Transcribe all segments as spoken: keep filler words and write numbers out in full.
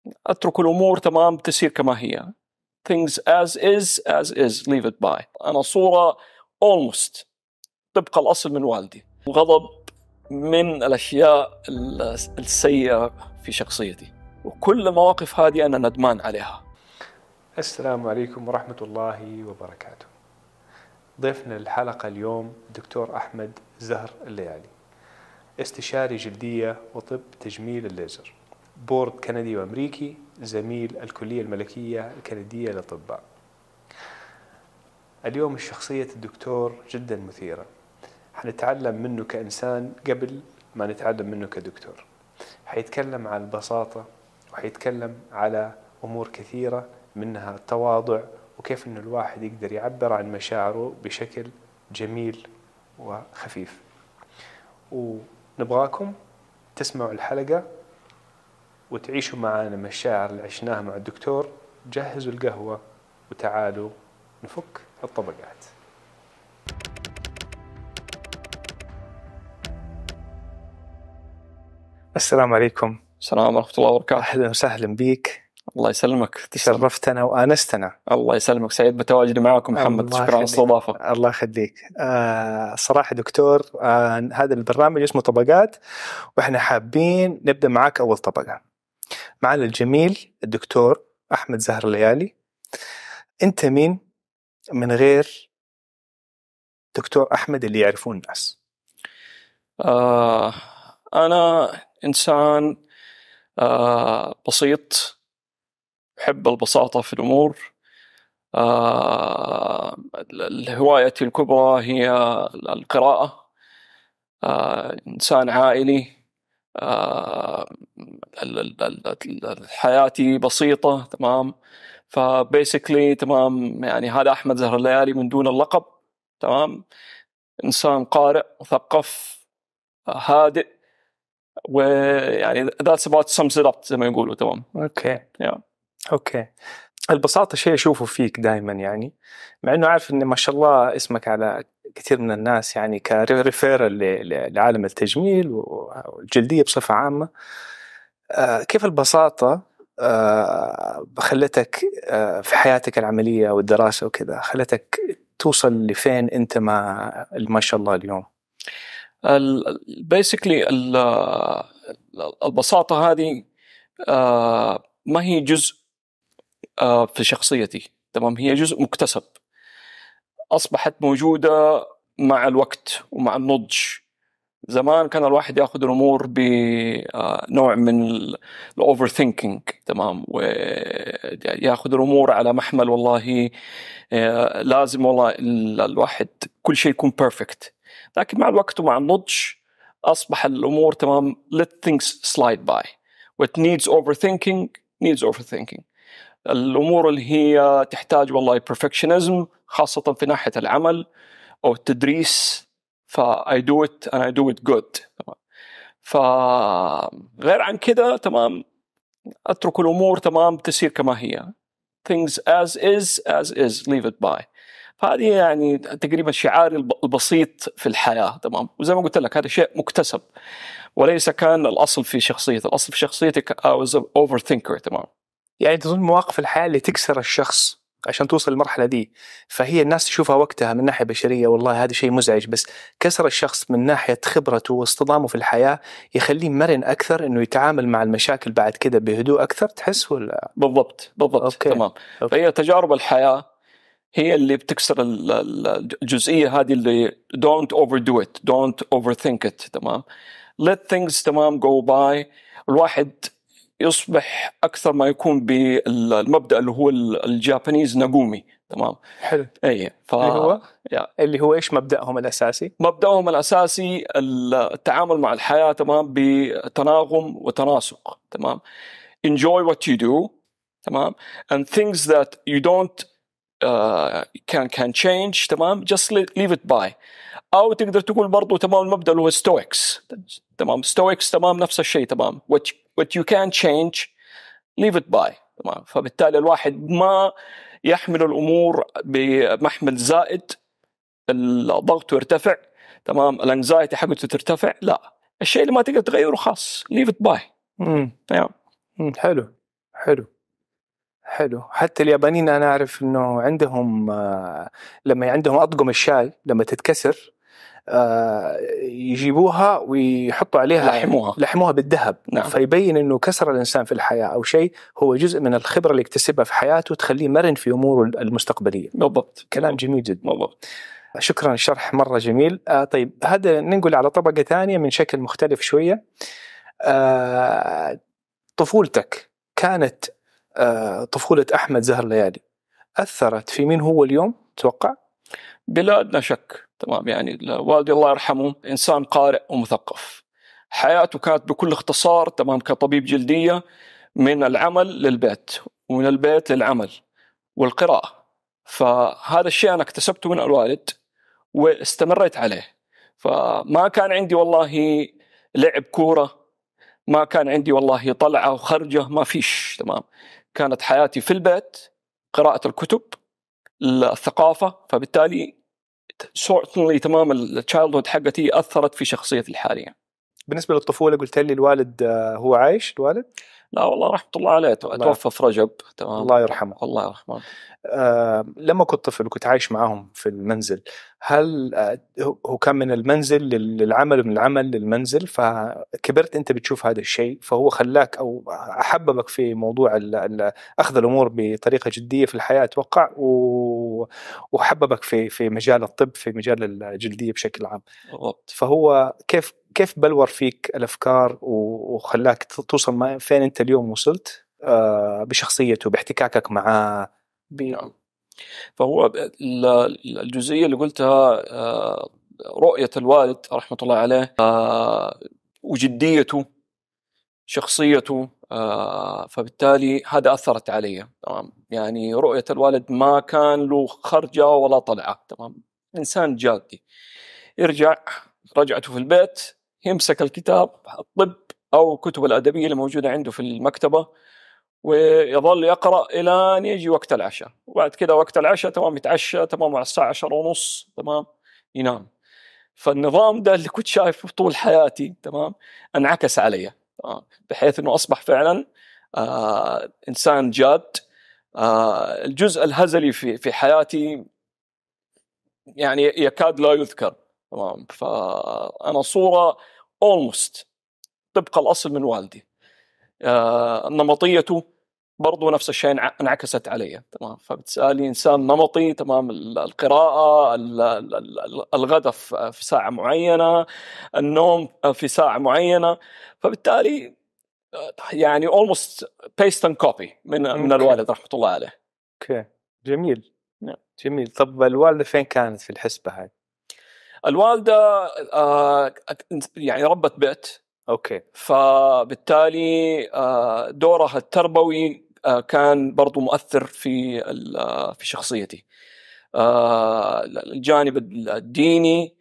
اترك الامور تمام تسير كما هي. things as is as is leave it by. انا صورة almost طبق الاصل من والدي. الغضب من الاشياء السيئة في شخصيتي، وكل المواقف هذه انا ندمان عليها. السلام عليكم ورحمة الله وبركاته. ضيفنا الحلقة اليوم دكتور أحمد زهر الليالي، استشاري جلدية وطب تجميل الليزر، بورد كندي وأمريكي، زميل الكلية الملكية الكندية للأطباء. اليوم الشخصية الدكتور جدا مثيرة، حنتعلم منه كإنسان قبل ما نتعلم منه كدكتور. حيتكلم عن البساطة، وحيتكلم على أمور كثيرة منها التواضع، وكيف أن الواحد يقدر يعبر عن مشاعره بشكل جميل وخفيف. ونبغاكم تسمعوا الحلقة وتعيشوا معنا مشاعر اللي عشناها مع الدكتور. جهزوا القهوة وتعالوا نفك الطبقات. السلام عليكم. السلام ورحمة الله وبركاته. أهلا وسهلا بيك. الله يسلمك، تشرفتنا وآنستنا. الله يسلمك، سعيد بتواجدي معكم محمد، شكرا على الاستضافة. الله يخليك. آه صراحة دكتور، آه هذا البرنامج اسمه طبقات، وإحنا حابين نبدأ معاك أول طبقة. معنا الجميل الدكتور أحمد زهر الليالي. أنت مين من غير دكتور أحمد اللي يعرفون الناس؟ آه أنا إنسان آه بسيط، أحب البساطة في الأمور. آه هوايتي الكبرى هي القراءة. آه إنسان عائلي. آه حياتي بسيطة تمام. فبيسكلي تمام، يعني هذا أحمد زهر الليالي من دون اللقب. تمام، إنسان قارئ مثقف هادئ، ويعني that's about sums it up زي ما يقولوا. تمام. أوكي. yeah. أوكي. البساطة شيء أشوفه فيك دائما، يعني مع إنه عارف إن ما شاء الله اسمك على كثير من الناس يعني كريفيرال لعالم التجميل والجلدية بصفة عامة. آه كيف البساطة آه خلتك آه في حياتك العملية والدراسة وكذا، خلتك توصل لفين أنت ما ما شاء الله اليوم؟ basically البساطة هذه آه ما هي جزء آه في شخصيتي. تمام، هي جزء مكتسب، أصبحت موجودة مع الوقت ومع النضج. زمان كان الواحد يأخذ الأمور بنوع من الأوفر ثينكينج، تمام، ويأخذ الأمور على محمل والله لازم والله الواحد كل شيء يكون بيرفكت. لكن مع الوقت ومع النضج أصبح الأمور تمام let things slide by. what needs overthinking needs overthinking. الأمور اللي هي تحتاج والله perfectionism، خاصة في ناحية العمل أو التدريس، ف I do it and I do it good. تمام. فغير عن كده تمام أترك الأمور تمام تسير كما هي. things as is as is leave it by. فهذه يعني تقريبا شعاري البسيط في الحياة. تمام، وزي ما قلت لك هذا شيء مكتسب وليس كان الأصل في شخصيتي. الأصل في شخصيتي I was an overthinker. تمام، يعني تظن مواقف الحياة اللي تكسر الشخص عشان توصل للمرحلة دي، فهي الناس تشوفها وقتها من ناحية بشرية والله هذا شيء مزعج، بس كسر الشخص من ناحية خبرته واصطدامه في الحياة يخليه مرن أكثر إنه يتعامل مع المشاكل بعد كده بهدوء أكثر. تحس ولا؟ بالضبط بالضبط. أوكي. تمام. أوكي. فهي تجارب الحياة هي اللي بتكسر الجزئية هذه اللي don't overdo it don't overthink it. تمام، let things تمام go by. الواحد يصبح أكثر ما يكون بالمبدأ اللي هو الجابانيز ناغومي. تمام، حلو. أي ف... اللي هو يعني. اللي هو إيش مبدأهم الأساسي؟ مبدأهم الأساسي التعامل مع الحياة تمام بتناغم وتناسق. تمام، enjoy what you do. تمام، and things that you don't uh, can can change. تمام، just leave it by. أو تقدر تقول برضو تمام المبدأ اللي هو stoics. تمام، stoics تمام نفس الشيء. تمام، what what you can change leave it by. تمام، فبالتالي الواحد ما يحمل الأمور بمحمل زائد، الضغط يرتفع. تمام، الانكزايتي حقته ترتفع. لا، الشيء اللي ما تقدر تغيره خاص leave it by. امم تمام. حلو حلو حلو. حتى اليابانيين أنا أعرف إنه عندهم آه لما عندهم أطقم الشاي لما تتكسر آه يجيبوها ويحطوا عليها لحموها لحموها بالذهب. نعم. فيبين إنه كسر الإنسان في الحياة أو شيء هو جزء من الخبرة اللي اكتسبها في حياته تخليه مرن في أموره المستقبلية. بالضبط. كلام جميل جدا. بالضبط. شكرا، الشرح مرة جميل. آه طيب هذا ننقل على طبقة ثانية من شكل مختلف شوية. آه طفولتك كانت آه طفولة أحمد زهر ليالي أثرت في مين هو اليوم تتوقع؟ بلا أدنى شك. تمام. يعني والدي الله يرحمه إنسان قارئ ومثقف، حياته كانت بكل اختصار تمام كطبيب جلدية، من العمل للبيت ومن البيت للعمل والقراءة. فهذا الشيء أنا اكتسبته من الوالد واستمريت عليه. فما كان عندي والله لعب كورة، ما كان عندي والله طلعة وخرجة، ما فيش. تمام. كانت حياتي في البيت، قراءة الكتب، الثقافة. فبالتالي سورتنلي تمام التشايلدهود حقتي أثرت في شخصيتي الحالية. بالنسبة للطفولة قلت لي الوالد هو عايش الوالد؟ لا والله رحمة الله عليه، توفى في رجب. تمام. الله يرحمه. الله يرحمه. آه لما كنت طفل وكنت عايش معهم في المنزل، هل آه هو كان من المنزل للعمل ومن العمل للمنزل، فكبرت أنت بتشوف هذا الشيء فهو خلاك أو أحببك في موضوع ال ال أخذ الأمور بطريقة جدية في الحياة أتوقع، وحببك في في مجال الطب، في مجال الجلدية بشكل عام. بالضبط. فهو كيف كيف بلور فيك الأفكار وخلاك توصل ما فين أنت اليوم وصلت آه بشخصيته باحتكاكك معاه ب... نعم. فهو الجزئية اللي قلتها رؤية الوالد رحمة الله عليه وجديته شخصيته، فبالتالي هذا أثرت علي. تمام. يعني رؤية الوالد ما كان له خرجة ولا طلعة. تمام. إنسان جادي، يرجع رجعته في البيت يمسك الكتاب الطب أو كتب الأدبية اللي موجودة عنده في المكتبة ويظل يقرأ إلى أن يجي وقت العشاء، وبعد كده وقت العشاء تمام يتعشى تمام على الساعة عشرة ونص تمام ينام. فالنظام ده اللي كنت شايفه طول حياتي تمام انعكس علي، تمام، بحيث أنه أصبح فعلا آه إنسان جاد. آه الجزء الهزلي في في حياتي يعني يكاد لا يذكر. تمام. فأنا صورة almost طبق الأصل من والدي. آه نمطيته برضو نفس الشيء انعكست علي. تمام. فبتسألي إنسان نمطي. تمام. القراءة، الغداء في ساعة معينة، النوم في ساعة معينة. فبالتالي يعني almost paste and copy من من الوالد رحمة الله عليه. اوكي جميل. نعم جميل. طب الوالدة فين كانت في الحسبة هاي؟ الوالدة آه يعني ربة بيت. اوكي. فبالتالي دورها التربوي كان برضو مؤثر في في شخصيتي. الجانب الديني،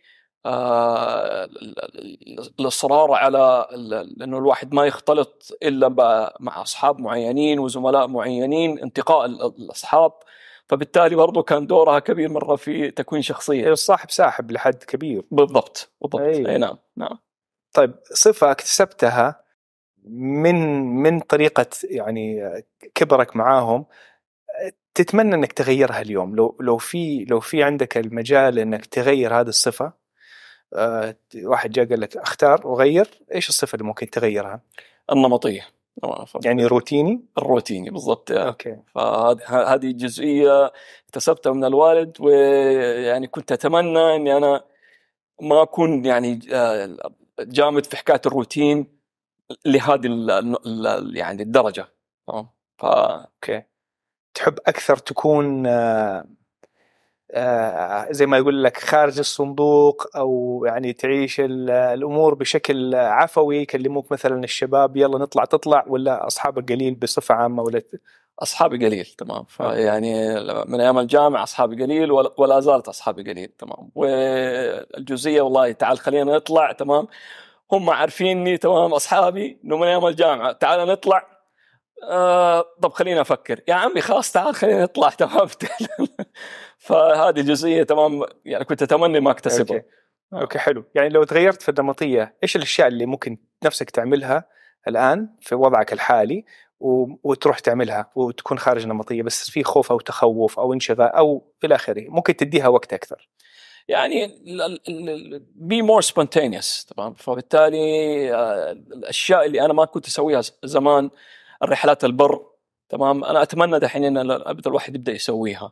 الإصرار على أنه الواحد ما يختلط إلا مع أصحاب معينين وزملاء معينين، انتقاء الأصحاب. فبالتالي برضو كان دورها كبير مرة في تكوين شخصية. الصاحب ساحب لحد كبير. بالضبط. بالضبط. أي. أي نعم. نعم. طيب صفة اكتسبتها من من طريقة يعني كبرك معاهم تتمنى انك تغيرها اليوم، لو لو في لو في عندك المجال انك تغير هذه الصفة، أه واحد جاء قال لك اختار وغير، ايش الصفة اللي ممكن تغيرها؟ النمطية. يعني روتيني. الروتيني بالضبط. اوكي. فهذه جزئية اكتسبتها من الوالد، ويعني كنت اتمنى اني انا ما اكون يعني جامد في حكاية الروتين لهذه يعني الدرجة. تمام. ف اوكي. تحب اكثر تكون آه آه زي ما يقول لك خارج الصندوق، او يعني تعيش الامور بشكل عفوي، يكلموك مثلا الشباب يلا نطلع تطلع، ولا اصحابك قليل بصفة عامة؟ ولا أصحابي قليل. تمام. فيعني من أيام الجامعة أصحابي قليل ولا زالت أصحابي قليل. تمام. والجزئية والله تعال خلينا نطلع. تمام. هم عارفيني. تمام. أصحابي إنه من أيام الجامعة تعال نطلع. آه طب خلينا أفكر يا عمي خلاص تعال خلينا نطلع. تمام. فهذه جزئية. تمام. يعني كنت أتمنى ما أكتسبها. أوكي. آه. أوكي حلو. يعني لو تغيرت في النمطية إيش الأشياء اللي ممكن نفسك تعملها الآن في وضعك الحالي وتروح تعملها وتكون خارج نمطية، بس في خوف أو تخوف أو انشغال أو إلى آخره، ممكن تديها وقت أكثر. يعني be more spontaneous. تمام. فبالتالي الأشياء اللي أنا ما كنت أسويها زمان، الرحلات البر، تمام، أنا أتمنى دحين إن أبدأ الواحد يبدأ يسويها.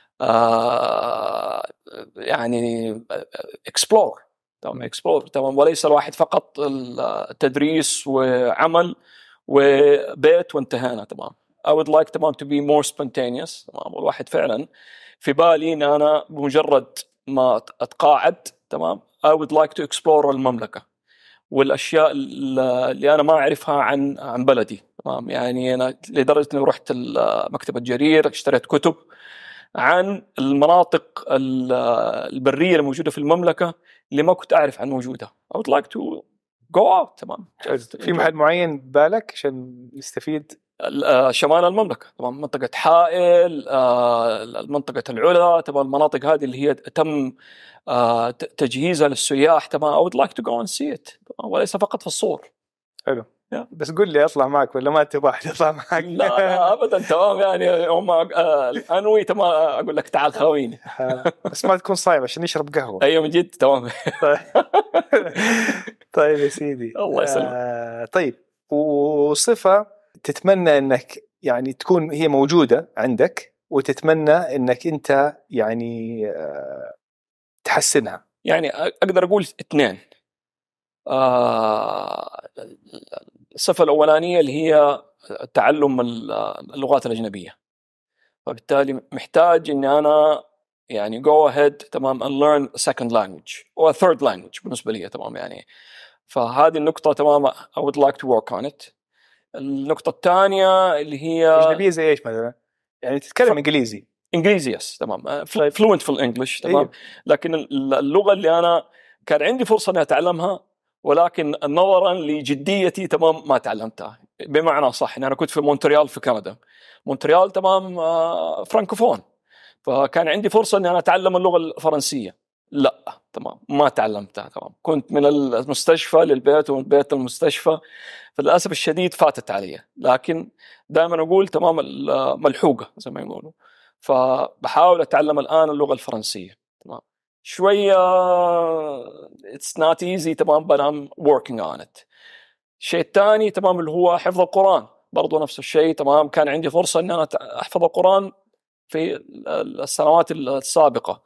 آه يعني explore، تمام، explore، تمام، وليس الواحد فقط التدريس وعمل وبيت وانتهينا. تمام. I would like تمام to be more spontaneous. تمام. والواحد فعلا في بالي إن أنا بمجرد ما أتقاعد، تمام، I would like to explore المملكة والأشياء اللي أنا ما أعرفها عن عن بلدي. تمام. يعني أنا لدرجة إني رحت مكتبة جرير، اشتريت كتب عن المناطق البرية الموجودة في المملكة اللي ما كنت أعرف عن موجودة. I would like to go out. تمام. في محل معين ببالك عشان نستفيد؟ شمال المملكة، طبعا منطقة حائل، منطقة العلا، طبعا المناطق هذه اللي هي تم تجهيزها للسياح. تمام. I would like to go and see it، وليس فقط في الصور. حلو. yeah. بس قل لي أطلع معك ولا ما تبغى أطلع معك؟ لا, لا أبدا. تمام. يعني هم أنوي. تمام. أقول لك تعال خويني. بس ما تكون صايم عشان نشرب قهوة. أيوة من جد. تمام. طيب يا سيدي. الله يسلمك. آه طيب، وصفة تتمنى انك يعني تكون هي موجودة عندك وتتمنى انك انت يعني آه تحسنها؟ يعني اقدر اقول اثنين. آه الصفة الاولانية اللي هي تعلم اللغات الاجنبية. فبالتالي محتاج اني انا يعني go ahead، تمام، and learn a second language or a third language بالنسبة لي. تمام. يعني فهذه النقطة. تمام. I would like to work on it. النقطة الثانية اللي هي أجنبية زي إيش مثلا؟ يعني تتكلم ف... إنجليزي؟ إنجليزي يس. تمام. fluent في الإنجليش. تمام. إيه؟ لكن اللغة اللي أنا كان عندي فرصة أن أتعلمها، ولكن نظرا لجديتي تمام ما تعلمتها. بمعنى صح إن أنا كنت في مونتريال في كندا. مونتريال تمام آه فرانكوفون، فكان عندي فرصة أن أنا أتعلم اللغة الفرنسية. لا تمام ما تعلمتها. تمام. كنت من المستشفى للبيت ومن البيت للمستشفى، فللأسف الشديد فاتت علي. لكن دائما أقول تمام ملحوقة زي ما يقولوا. فبحاول أتعلم الآن اللغة الفرنسية. تمام. شوية it's not easy. تمام but I'm working on it. الشيء الثاني تمام اللي هو حفظ القرآن، برضو نفس الشيء. تمام. كان عندي فرصة أن أنا أحفظ القرآن في السنوات السابقة،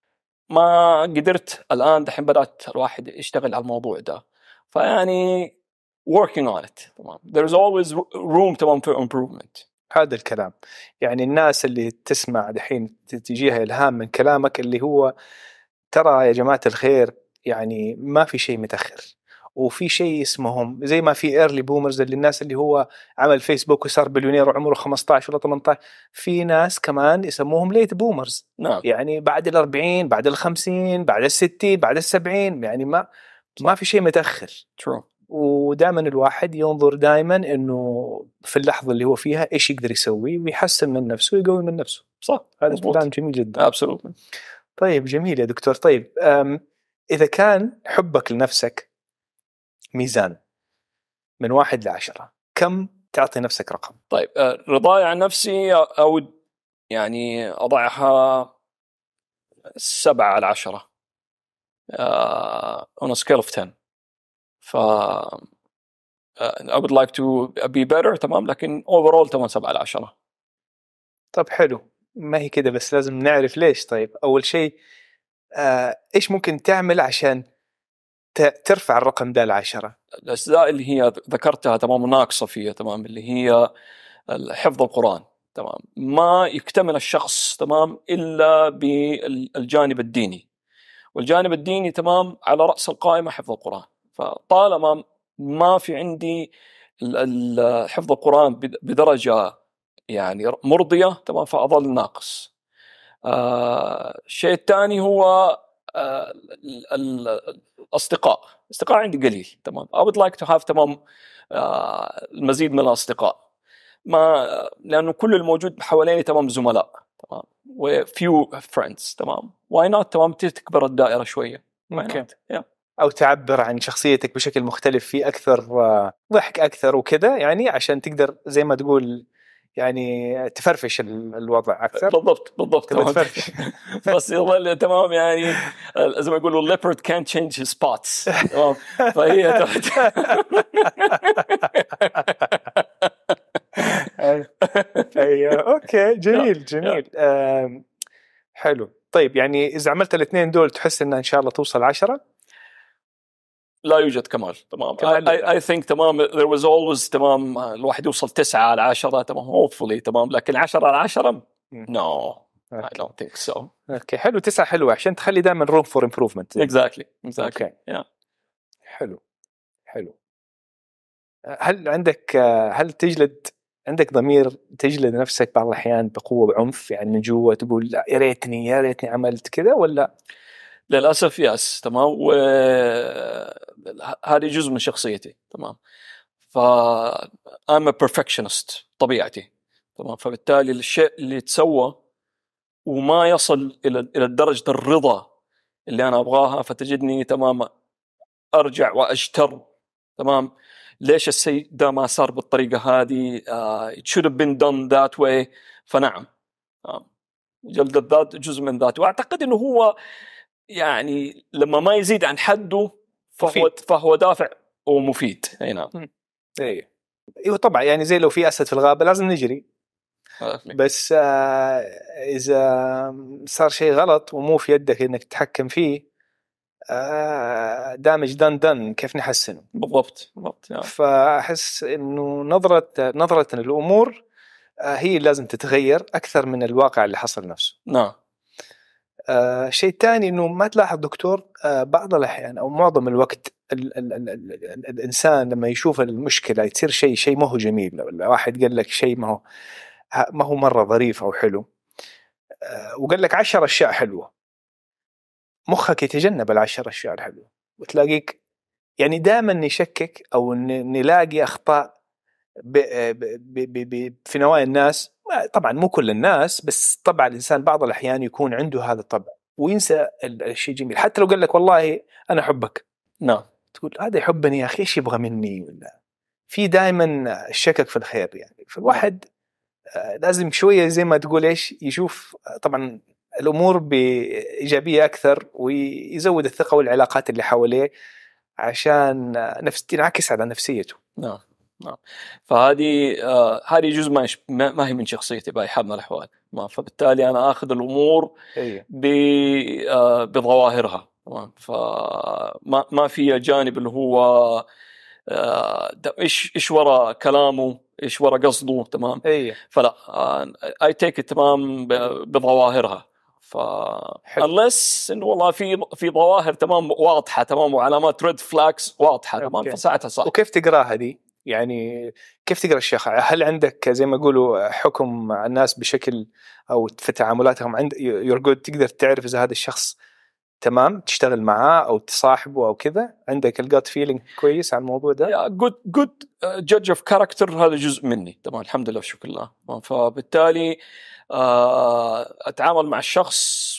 ما قدرت. الآن دحين بدأت الواحد يشتغل على الموضوع ده. فيعني working on it. تمام. There's always room تمام for improvement. هذا الكلام يعني الناس اللي تسمع دحين تجيها إلهام من كلامك، اللي هو ترى يا جماعة الخير يعني ما في شيء متأخر، وفي شيء اسمهم زي ما في early boomers اللي الناس اللي هو عمل فيسبوك وصار بليونير وعمره خمسة عشر ولا ثمانية عشر، في ناس كمان يسموهم late boomers. نعم. يعني بعد الأربعين، بعد الخمسين، بعد الستين، بعد السبعين، يعني ما ما في شيء متأخر. True. ودائما الواحد ينظر دائما انه في اللحظه اللي هو فيها ايش يقدر يسوي ويحسن من نفسه ويقوي من نفسه. صح. هذا كلام جميل جدا. Absolutely. طيب جميل يا دكتور. طيب اذا كان حبك لنفسك ميزان من واحد لعشرة، كم تعطي نفسك رقم؟ طيب رضاي عن نفسي او يعني اضعها سبعة على عشرة uh, on a scale of ten. ف uh, I would like to be better. تمام. لكن overall تمام سبعة على عشرة. طب حلو. ما هي كده بس لازم نعرف ليش. طيب أول شيء آه، إيش ممكن تعمل عشان ترفع الرقم ده لعشرة؟ الأجزاء اللي هي ذكرتها تمام ناقصة فيها. تمام. اللي هي حفظ القرآن. تمام. ما يكتمل الشخص تمام إلا بالجانب الديني، والجانب الديني تمام على رأس القائمة حفظ القرآن. فطالما ما في عندي حفظ القرآن بدرجة يعني مرضية تمام فأظل ناقص. آه الشيء الثاني هو آه الأصدقاء. الأصدقاء عندي قليل. تمام. I would like to have تمام آه المزيد من الأصدقاء، ما لأنه كل الموجود حواليني تمام زملاء. تمام. و few friends. تمام. why not تمام تكبر الدائرة شوية. ممكن. yeah. أو تعبر عن شخصيتك بشكل مختلف في أكثر ضحك أكثر وكذا يعني عشان تقدر زي ما تقول يعني تفرفش الوضع أكثر. بالضبط بالضبط تفرفش. بس يظل تمام يعني زي ما يقولوا leopard can't change his spots تمام فهي أيوة أوكي جميل جميل حلو. طيب يعني إذا عملت الاثنين دول تحس إن إن شاء الله توصل عشرة؟ لا يوجد كمال تمام. I, I think تمام there was always تمام الواحد يوصل تسعة على عشرة تمام hopefully تمام لكن عشرة على عشرة no okay. I don't think so. اوكي حلو تسعة حلوة عشان تخلي دائما room for improvement. exactly exactly okay. yeah. حلو حلو. هل عندك هل تجلد عندك ضمير تجلد نفسك بعض الأحيان بقوة بعنف يعني من جوا تقول لا يا ريتني يا ريتني عملت كذا ولا؟ للأسف ياس تمام وهذه جزء من شخصيتي تمام. ف I'm a perfectionist طبيعتي تمام فبالتالي الشيء اللي يتسوى وما يصل إلى إلى درجة الرضا اللي أنا أبغاها فتجدني تمام أرجع وأجتر تمام ليش الشيء ده ما صار بالطريقة هذه uh, it should have been done that way. فنعم جلد الذات جزء من ذاته وأعتقد إنه هو يعني لما ما يزيد عن حده فهو, فهو دافع ومفيد. أي نعم. إيه إيه طبعا يعني زي لو في أسد في الغابة لازم نجري بس آه إذا صار شيء غلط ومو في يدك إنك تتحكم فيه آه دامج دان دان كيف نحسنه بالضبط بالضبط يعني. فأحس إنه نظرة نظرة الأمور آه هي لازم تتغير أكثر من الواقع اللي حصل نفسه. نعم. آه شيء تاني إنه ما تلاحظ دكتور آه بعض الأحيان أو معظم الوقت ال ال ال ال ال الإنسان لما يشوف المشكلة يصير شيء شيء ما هو جميل لو واحد قال لك شيء ما هو ما هو مرة ظريف أو حلو آه وقال لك عشر أشياء حلوة مخك يتجنب العشر أشياء الحلوة وتلاقيك يعني دائما نشكك أو نلاقي أخطاء ب ب ب ب في نوايا الناس. طبعا مو كل الناس بس طبعا الإنسان بعض الأحيان يكون عنده هذا الطبع وينسى الشيء جميل حتى لو قال لك والله أنا أحبك نعم تقول هذا يحبني يا أخي إيش يبغى مني ولا في دائما الشكك في الخير يعني. فالواحد لازم شوية زي ما تقول إيش يشوف طبعا الأمور بإيجابية أكثر ويزود الثقة والعلاقات اللي حواليه عشان نفس تنعكس على نفسيته. نعم نعم. فهذه آه هذه جزء ما, يش... ما هي من شخصيتي بأي حال من الأحوال ما فبالتالي أنا أخذ الأمور ب... آه بظواهرها تمام. فما ما في جانب اللي هو آه إيش إيش وراء كلامه إيش وراء قصده تمام. أيه. فلا آه I take it تمام بظواهرها. ف unless إنه والله في في ظواهر تمام واضحة تمام وعلامات red flags واضحة تمام فساعتها صح. وكيف تقراها دي يعني كيف تقرأ الشيخ؟ هل عندك زي ما يقولوا حكم على الناس بشكل أو في تعاملاتهم عند you're good تقدر تعرف إذا هذا الشخص تمام تشتغل معاه أو تصاحبه أو كذا عندك الجات فيلينج كويس على الموضوع ده؟ yeah, good good uh, judge of character هذا جزء مني تمام الحمد لله شكر الله. فبالتالي أتعامل مع الشخص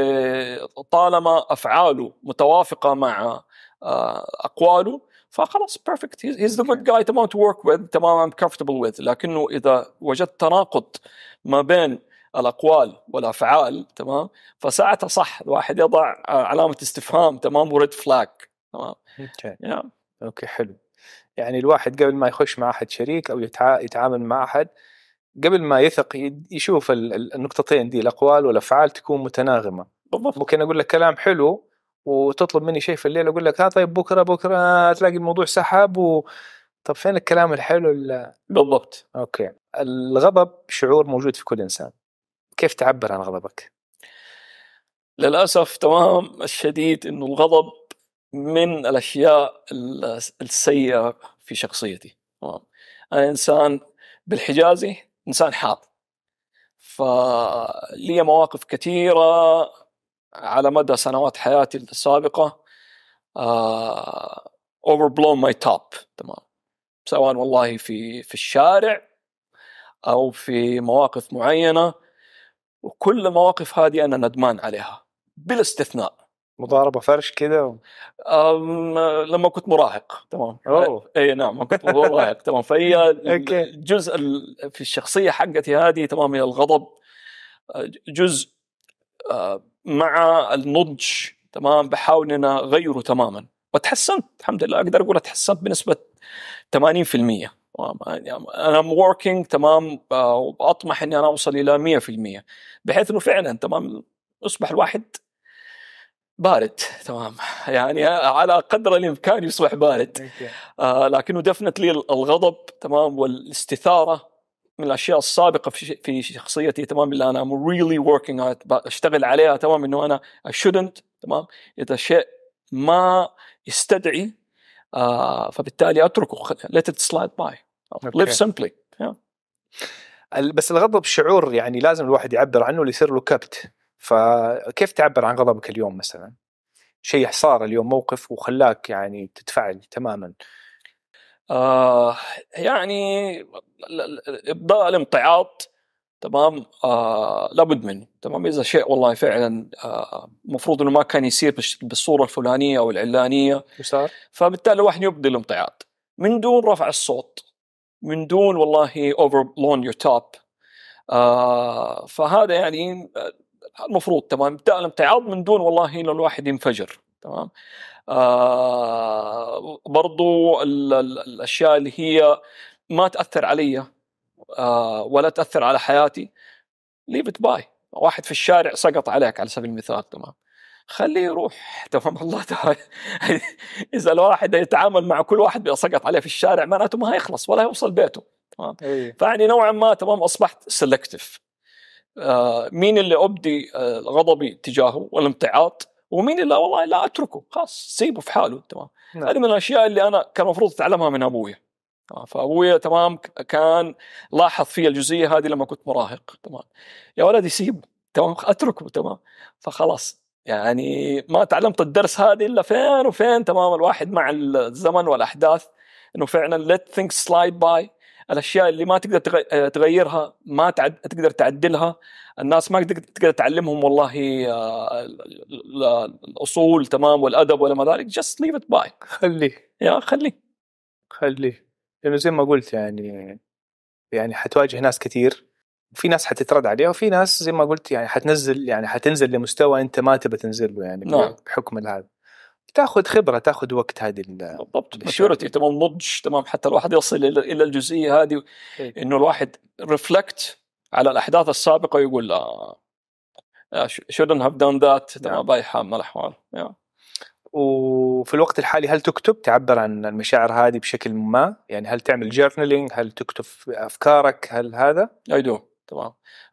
وطالما أفعاله متوافقة مع أقواله فخلاص perfect he's the good guy تمام to work with تمام I'm comfortable with. لكنه إذا وجدت تناقض ما بين الأقوال والأفعال تمام فساعتها صح الواحد يضع علامة استفهام تمام وريد فلاج تمام. okay. yeah. أوكي حلو. يعني الواحد قبل ما يخش مع أحد شريك أو يتعامل مع أحد قبل ما يثق يشوف النقطتين دي الأقوال والأفعال تكون متناغمة. بالضبط. ممكن أقول لك كلام حلو وتطلب مني شيء في الليل أقول لك ها طيب بكرة بكرة تلاقي الموضوع سحب و... طب فين الكلام الحلو اللي... بالضبط. أوكي. الغضب شعور موجود في كل إنسان كيف تعبر عن غضبك؟ للأسف تمام الشديد إنه الغضب من الأشياء السيئة في شخصيتي. تمام أنا إنسان بالحجازي إنسان حار فلي مواقف كثيرة على مدى سنوات حياتي السابقة uh, overblown my top تمام سواء والله في في الشارع أو في مواقف معينة وكل المواقف هذه أنا ندمان عليها بلا استثناء مضاربة فرش كده. أم، لما كنت مراهق تمام. أوه. اي نعم لما كنت مراهق تمام. فهي أوكي. الجزء ال- في الشخصيه حقتي هذه تمام هي الغضب، جزء آه، مع النضج تمام بحاول ان أنا اغيره تماما، وتحسنت الحمد لله. اقدر اقول تحسنت بنسبه ثمانين بالمئة. تمام يعني انا وركينج تمام، آه، واطمح اني انا اوصل الى مئة بالمئة، بحيث انه فعلا تمام يصبح الواحد بارد تمام. يعني على قدر الامكان يصبح بارد. آه لكنه دفنتلي الغضب تمام والاستثاره من الاشياء السابقه في في شخصيتي تمام، اللي انا I'm really working on اشتغل عليها تمام، انه انا I shouldn't تمام اذا شيء ما يستدعي آه فبالتالي اتركه let it slide by live simply. yeah. بس الغضب شعور يعني لازم الواحد يعبر عنه ليصير له كبت. فكيف تعبر عن غضبك اليوم مثلا؟ شيء صار اليوم موقف وخلاك يعني تتفاعل تماما. آه يعني ابداء الامتعاض تمام آه لابد منه تمام. اذا شيء والله فعلا المفروض آه انه ما كان يصير بالصوره الفلانيه او العلانيه وصار، فبالتالي الواحد يبدي الامتعاض من دون رفع الصوت، من دون والله اوفر بلون يور توب. فهذا يعني المفروض تمام ابداء الامتعاض من دون والله انه الواحد ينفجر تمام. آه برضو ال ال الاشياء اللي هي ما تاثر علي آه ولا تاثر على حياتي leave it by. واحد في الشارع سقط عليك على سبيل المثال تمام، خليه يروح تمام. الله تعالى اذا الواحد يتعامل مع كل واحد سقط عليه في الشارع معناته ما هيخلص ولا يوصل بيته تمام. فعني نوعا ما تمام اصبحت سلكتيف. آه مين اللي ابدي آه غضبي تجاهه والامتعاض، ومين اللي والله لا اتركه خلاص سيبه في حاله تمام. هذه من الاشياء اللي انا كان المفروض اتعلمها من ابويا. فابويا تمام كان لاحظ في الجزئيه هذه لما كنت مراهق تمام، يا ولدي سيب تمام اتركه تمام. فخلاص يعني ما تعلمت الدرس هذه الا فين وفين تمام. الواحد مع الزمن والاحداث انه فعلا let things slide by. الاشياء اللي ما تقدر تغيرها ما تعد... تقدر تعدلها. الناس ما تقدر تعلمهم والله الاصول تمام والادب ولا ما ذلك just leave it by. خليه يا خليه خليه لانه زي ما قلت يعني يعني حتواجه ناس كثير، وفي ناس حتترد عليها، وفي ناس زي ما قلت يعني حتنزل يعني حتنزل لمستوى انت ما تبى تنزل له يعني. نعم. بحكم هذا تاخذ خبره، تاخذ وقت. هذه بالضبط ماتيوريتي تمام نضج تمام حتى الواحد يصل الى الى الجزئيه هذه انه الواحد ريفلكت على الاحداث السابقه ويقول لا shouldn't have done that تمام باي حال من الاحوال. وفي الوقت الحالي هل تكتب تعبر عن المشاعر هذه بشكل ما؟ يعني هل تعمل جورنالينج؟ هل تكتب افكارك؟ هل هذا؟ ايدو تمام.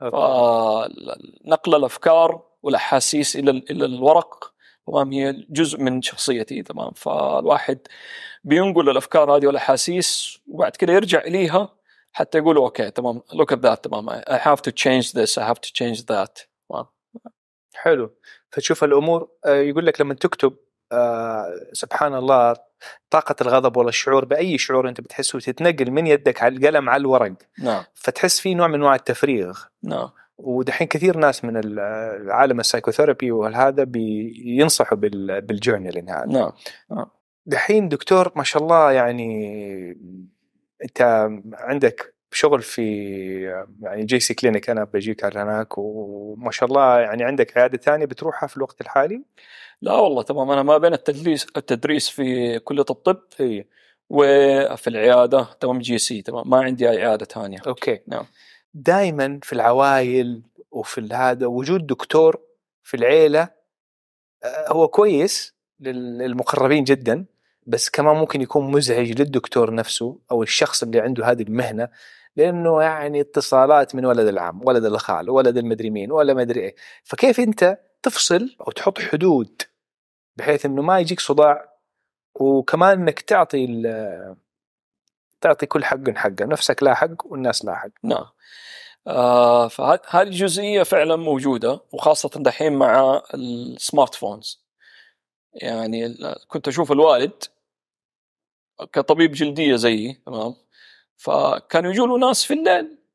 نقل الافكار والاحاسيس الى الى الورق تمام هي جزء من شخصيتي تمام. فالواحد بينقل الافكار هذه والاحاسيس وبعد كده يرجع اليها حتى يقولوا اوكي تمام look at that تمام I have to change this I have to change that. تمام. حلو. فتشوف الامور يقول لك لما تكتب آه سبحان الله طاقة الغضب ولا الشعور بأي شعور أنت بتحسه تتنقل من يدك على القلم على الورق. نعم. فتحس فيه نوع من أنواع التفريغ. نعم. ودحين كثير ناس من العالم السايكوثيرابي وهذا بينصحوا بالجورنالينج هذا. نعم. نعم. دحين دكتور ما شاء الله يعني أنت عندك شغل في يعني جي سي كلينيك، أنا بجيك على هناك وما شاء الله يعني عندك عيادة ثانية بتروحها في الوقت الحالي؟ لا والله تمام أنا ما بين التدريس التدريس في كلية الطب هي وفي العيادة تمام جي سي تمام ما عندي عيادة ثانية. أوكي. نعم. دائما في العوائل وفي هذا وجود دكتور في العيلة هو كويس للمقربين جدا، بس كمان ممكن يكون مزعج للدكتور نفسه أو الشخص اللي عنده هذه المهنة، لأنه يعني اتصالات من ولد العم ولد الخال ولد المدري مين ولا مدري إيه. فكيف أنت تفصل أو تحط حدود بحيث إنه ما يجيك صداع، وكمان إنك تعطي تعطي كل حق حقه، نفسك لا حق والناس لا حق. نعم. آه فهذه الجزئية فعلا موجودة، وخاصة دحين مع السمارت فونز. يعني كنت أشوف الوالد كطبيب جلدية زيي تمام، فكانوا يجوا له ناس في الليل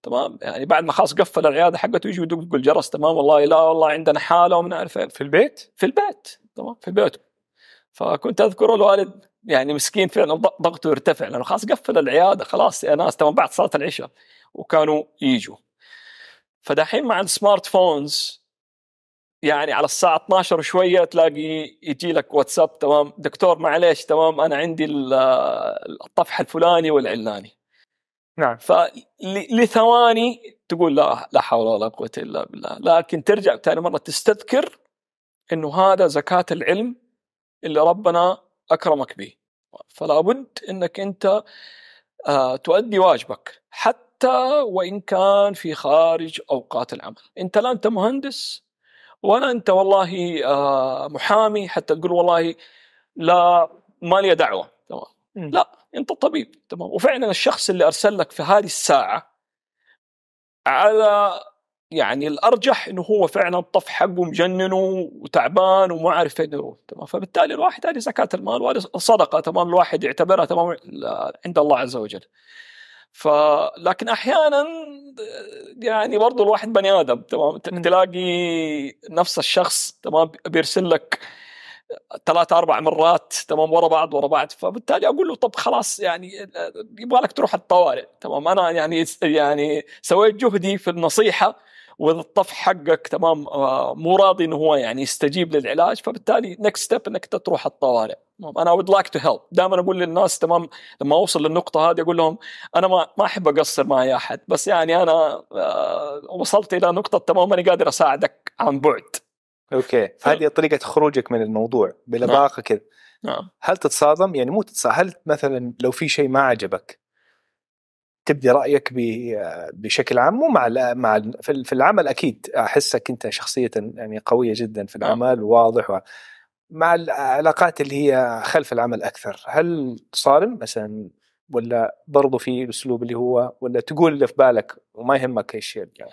تمام. يعني بعد ما خلاص قفل العياده حقته يجي يدق الجرس، تمام، والله لا والله عندنا حاله وما نعرف في البيت في البيت تمام في بيته. فكنت اذكر الوالد يعني مسكين فعلا ضغطه يرتفع لانه خلاص قفل العياده خلاص يا ناس تمام بعد صلاه العشاء وكانوا يجوا. فدحين مع السمارت فونز يعني على الساعة اثنا عشر وشوية تلاقي يجي لك واتساب، تمام دكتور معليش تمام أنا عندي الطفح الفلاني والعلاني. نعم. فلثواني تقول لا لا حول ولا قوة إلا بالله، لكن ترجع ثاني مرة تستذكر إنه هذا زكاة العلم اللي ربنا أكرمك به. فلا بد إنك أنت آه تؤدي واجبك حتى وإن كان في خارج أوقات العمل. أنت لا أنت مهندس ولا أنت والله آه محامي حتى تقول والله لا ما لي دعوة، تمام. لا أنت طبيب، تمام. وفعلا الشخص اللي أرسل لك في هذه الساعة على يعني الأرجح إنه هو فعلا الطف حقه مجننه وتعبان وما عارف فين يروح، تمام. فبالتالي الواحد هذه زكاة المال وهذه صدقة، تمام، الواحد يعتبرها تمام عند الله عز وجل. فلكن أحيانا يعني برضو الواحد بني آدم، تمام، تلاقي نفس الشخص تمام بيرسل لك ثلاثة أربع مرات تمام ورا بعض ورا بعض. فبالتالي أقول له طب خلاص يعني يبغى لك تروح الطوارئ، تمام. أنا يعني يعني سويت جهدي في النصيحة وإذا الطفح حقك تمام مو راضي إنه هو يعني يستجيب للعلاج، فبالتالي next step إنك تروح الطوارئ. أنا would like to help. دائما أقول للناس تمام لما أوصل للنقطة هذه أقول لهم أنا ما ما أحب أقصر مع أي أحد، بس يعني أنا وصلت إلى نقطة تمام أنا قادر أساعدك عن بعد. اوكي. هذه طريقه خروجك من الموضوع بلا باقه كذا. نعم. هل تتصادم يعني مو تتصادم، هل مثلا لو في شيء ما عجبك تبدي رايك بشكل عام مو مع مع في العمل؟ اكيد احسك انت شخصيه يعني قويه جدا في العمل وواضح، مع العلاقات اللي هي خلف العمل اكثر هل تصارم مثلا ولا برضو في الاسلوب اللي هو ولا تقول اللي في بالك وما يهمك ايش يعني؟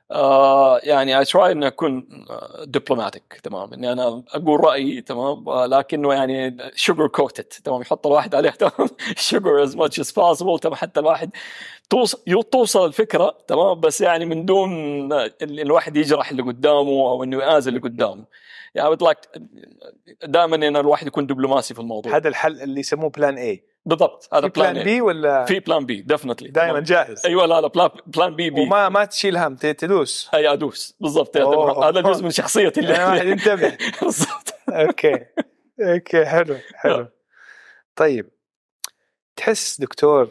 آه يعني أتراي إن أكون دبلوماتيك، تمام، إني أنا أقول رأيي، تمام، لكنه يعني sugar coated، تمام، يحط الواحد عليه تمام sugar as much as possible، تمام، حتى الواحد توصل توصل الفكرة، تمام، بس يعني من دون الواحد يجرح اللي قدامه أو إنه يآذي اللي قدامه. يعني like دائما إن الواحد يكون دبلوماسي في الموضوع. هذا الحل اللي يسموه بلان A. بالضبط، هذا بلان بي ولا في بلان بي ديفنتلي دائما جاهز. ايوه لا لا بلان بلان بي بي وما ما تشيل هم تدوس. اي ادوس بالضبط. هذا جزء من شخصيتي اللي يعني واحد ينتبه. بالضبط. اوكي اوكي حلو حلو. طيب تحس دكتور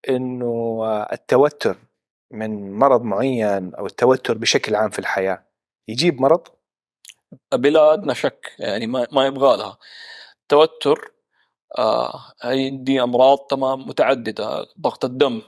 انه التوتر من مرض معين او التوتر بشكل عام في الحياة يجيب مرض؟ بلا ادنى شك، يعني ما ما يبغى لها توتر. آه عندي أمراض تمام متعددة، ضغط الدم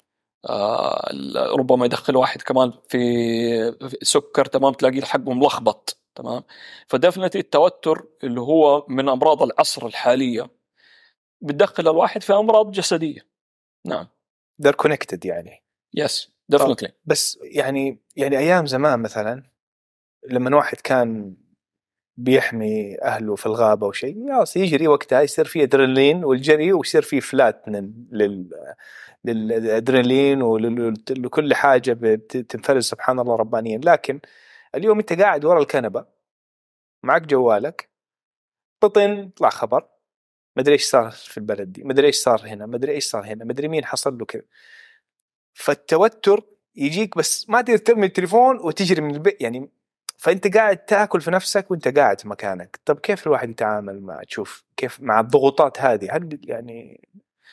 آه ربما يدخل واحد كمان في سكر، تمام، تلاقيه حقه ملخبط، تمام. فدفنتي التوتر اللي هو من أمراض العصر الحالية بتدخل الواحد في أمراض جسدية. نعم. they're connected يعني. yes definitely. بس يعني يعني أيام زمان مثلا لما واحد كان بيحمي أهله في الغابة وشيء ياس يجري وقتها يصير فيه أدرينالين والجري ويصير فيه فلاتنين لل للأدرينالين ولكل حاجة بتنفرز سبحان الله ربانيا. لكن اليوم أنت قاعد ورا الكنبة معك جوالك بطن طلع خبر مدري إيش صار في البلد دي، مدري إيش صار هنا، مدري إيش صار هنا، مدري مين حصل له كذا. فالتوتر يجيك بس ما تقدر ترمي التليفون وتجري من البيت يعني. فأنت قاعد تأكل في نفسك وأنت قاعد في مكانك. طب كيف الواحد يتعامل مع تشوف كيف مع الضغوطات هذه؟ هل يعني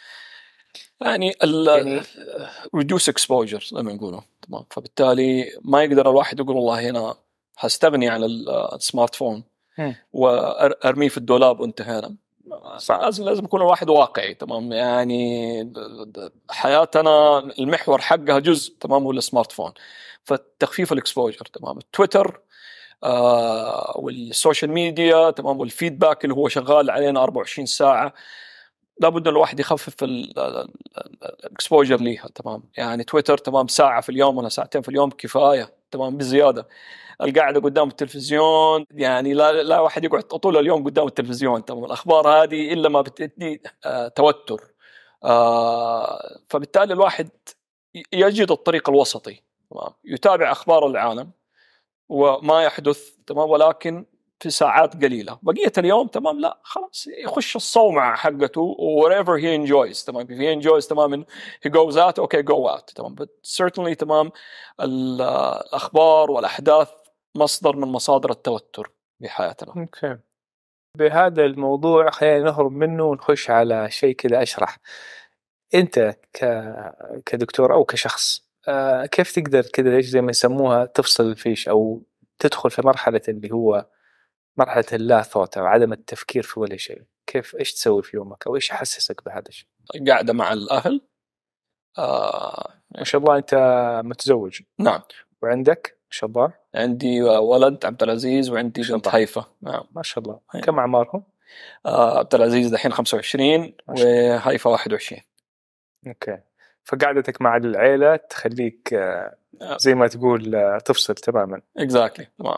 يعني ال يعني reduce exposure زي ما نقوله، تمام. فبالتالي ما يقدر الواحد يقول والله هنا هستغني عن السمارت فون وأرميه في الدولاب وانتهينا. لازم لازم يكون الواحد واقعي، تمام. يعني حياتنا المحور حقها جزء، تمام، هو السمارت فون. فتخفيف الاكسبوجر، تمام، التويتر آه والسوشيال ميديا، تمام، والفيدباك اللي هو شغال علينا أربعة وعشرين ساعة، لابد الواحد يخفف الاكسبوجر ليها، تمام. يعني تويتر، تمام، ساعة في اليوم ولا ساعتين في اليوم كفاية، تمام، بزيادة. القاعدة قدام التلفزيون يعني لا لا واحد يقعد طول اليوم قدام التلفزيون، تمام. الأخبار هذه إلا ما بتدي آه توتر. آه فبالتالي الواحد يجد الطريق الوسطي، تمام، يتابع أخبار العالم وما يحدث، تمام، ولكن في ساعات قليلة. بقية اليوم تمام لا خلاص يخش الصومعة حقته whatever he enjoys، تمام. if he enjoys تمام he goes out okay go out، تمام. but certainly تمام الأخبار والأحداث مصدر من مصادر التوتر في حياتنا. اوكي، بهذا الموضوع خلينا نهرب منه ونخش على شيء كذا أشرح. أنت ك... كدكتور أو كشخص آه كيف تقدر كذا إيش زي ما يسموها تفصل الفيش أو تدخل في مرحلة اللي هو مرحلة اللا ثوت أو عدم التفكير في ولا شيء؟ كيف إيش تسوي في يومك أو إيش يحسسك بهذا الشيء؟ قاعدة مع الأهل. آه ما شاء الله أنت متزوج. نعم. وعندك ما شاء الله؟ عندي ولد عبد العزيز وعندي بنت هيفا. نعم ما شاء الله. كم أعمارهم؟ آه عبد العزيز دحين خمسة وعشرين وهيفا واحد وعشرين. اوكي، فقعدتك مع العيلة تخليك زي ما تقول تفصل تماما. exactly تمام.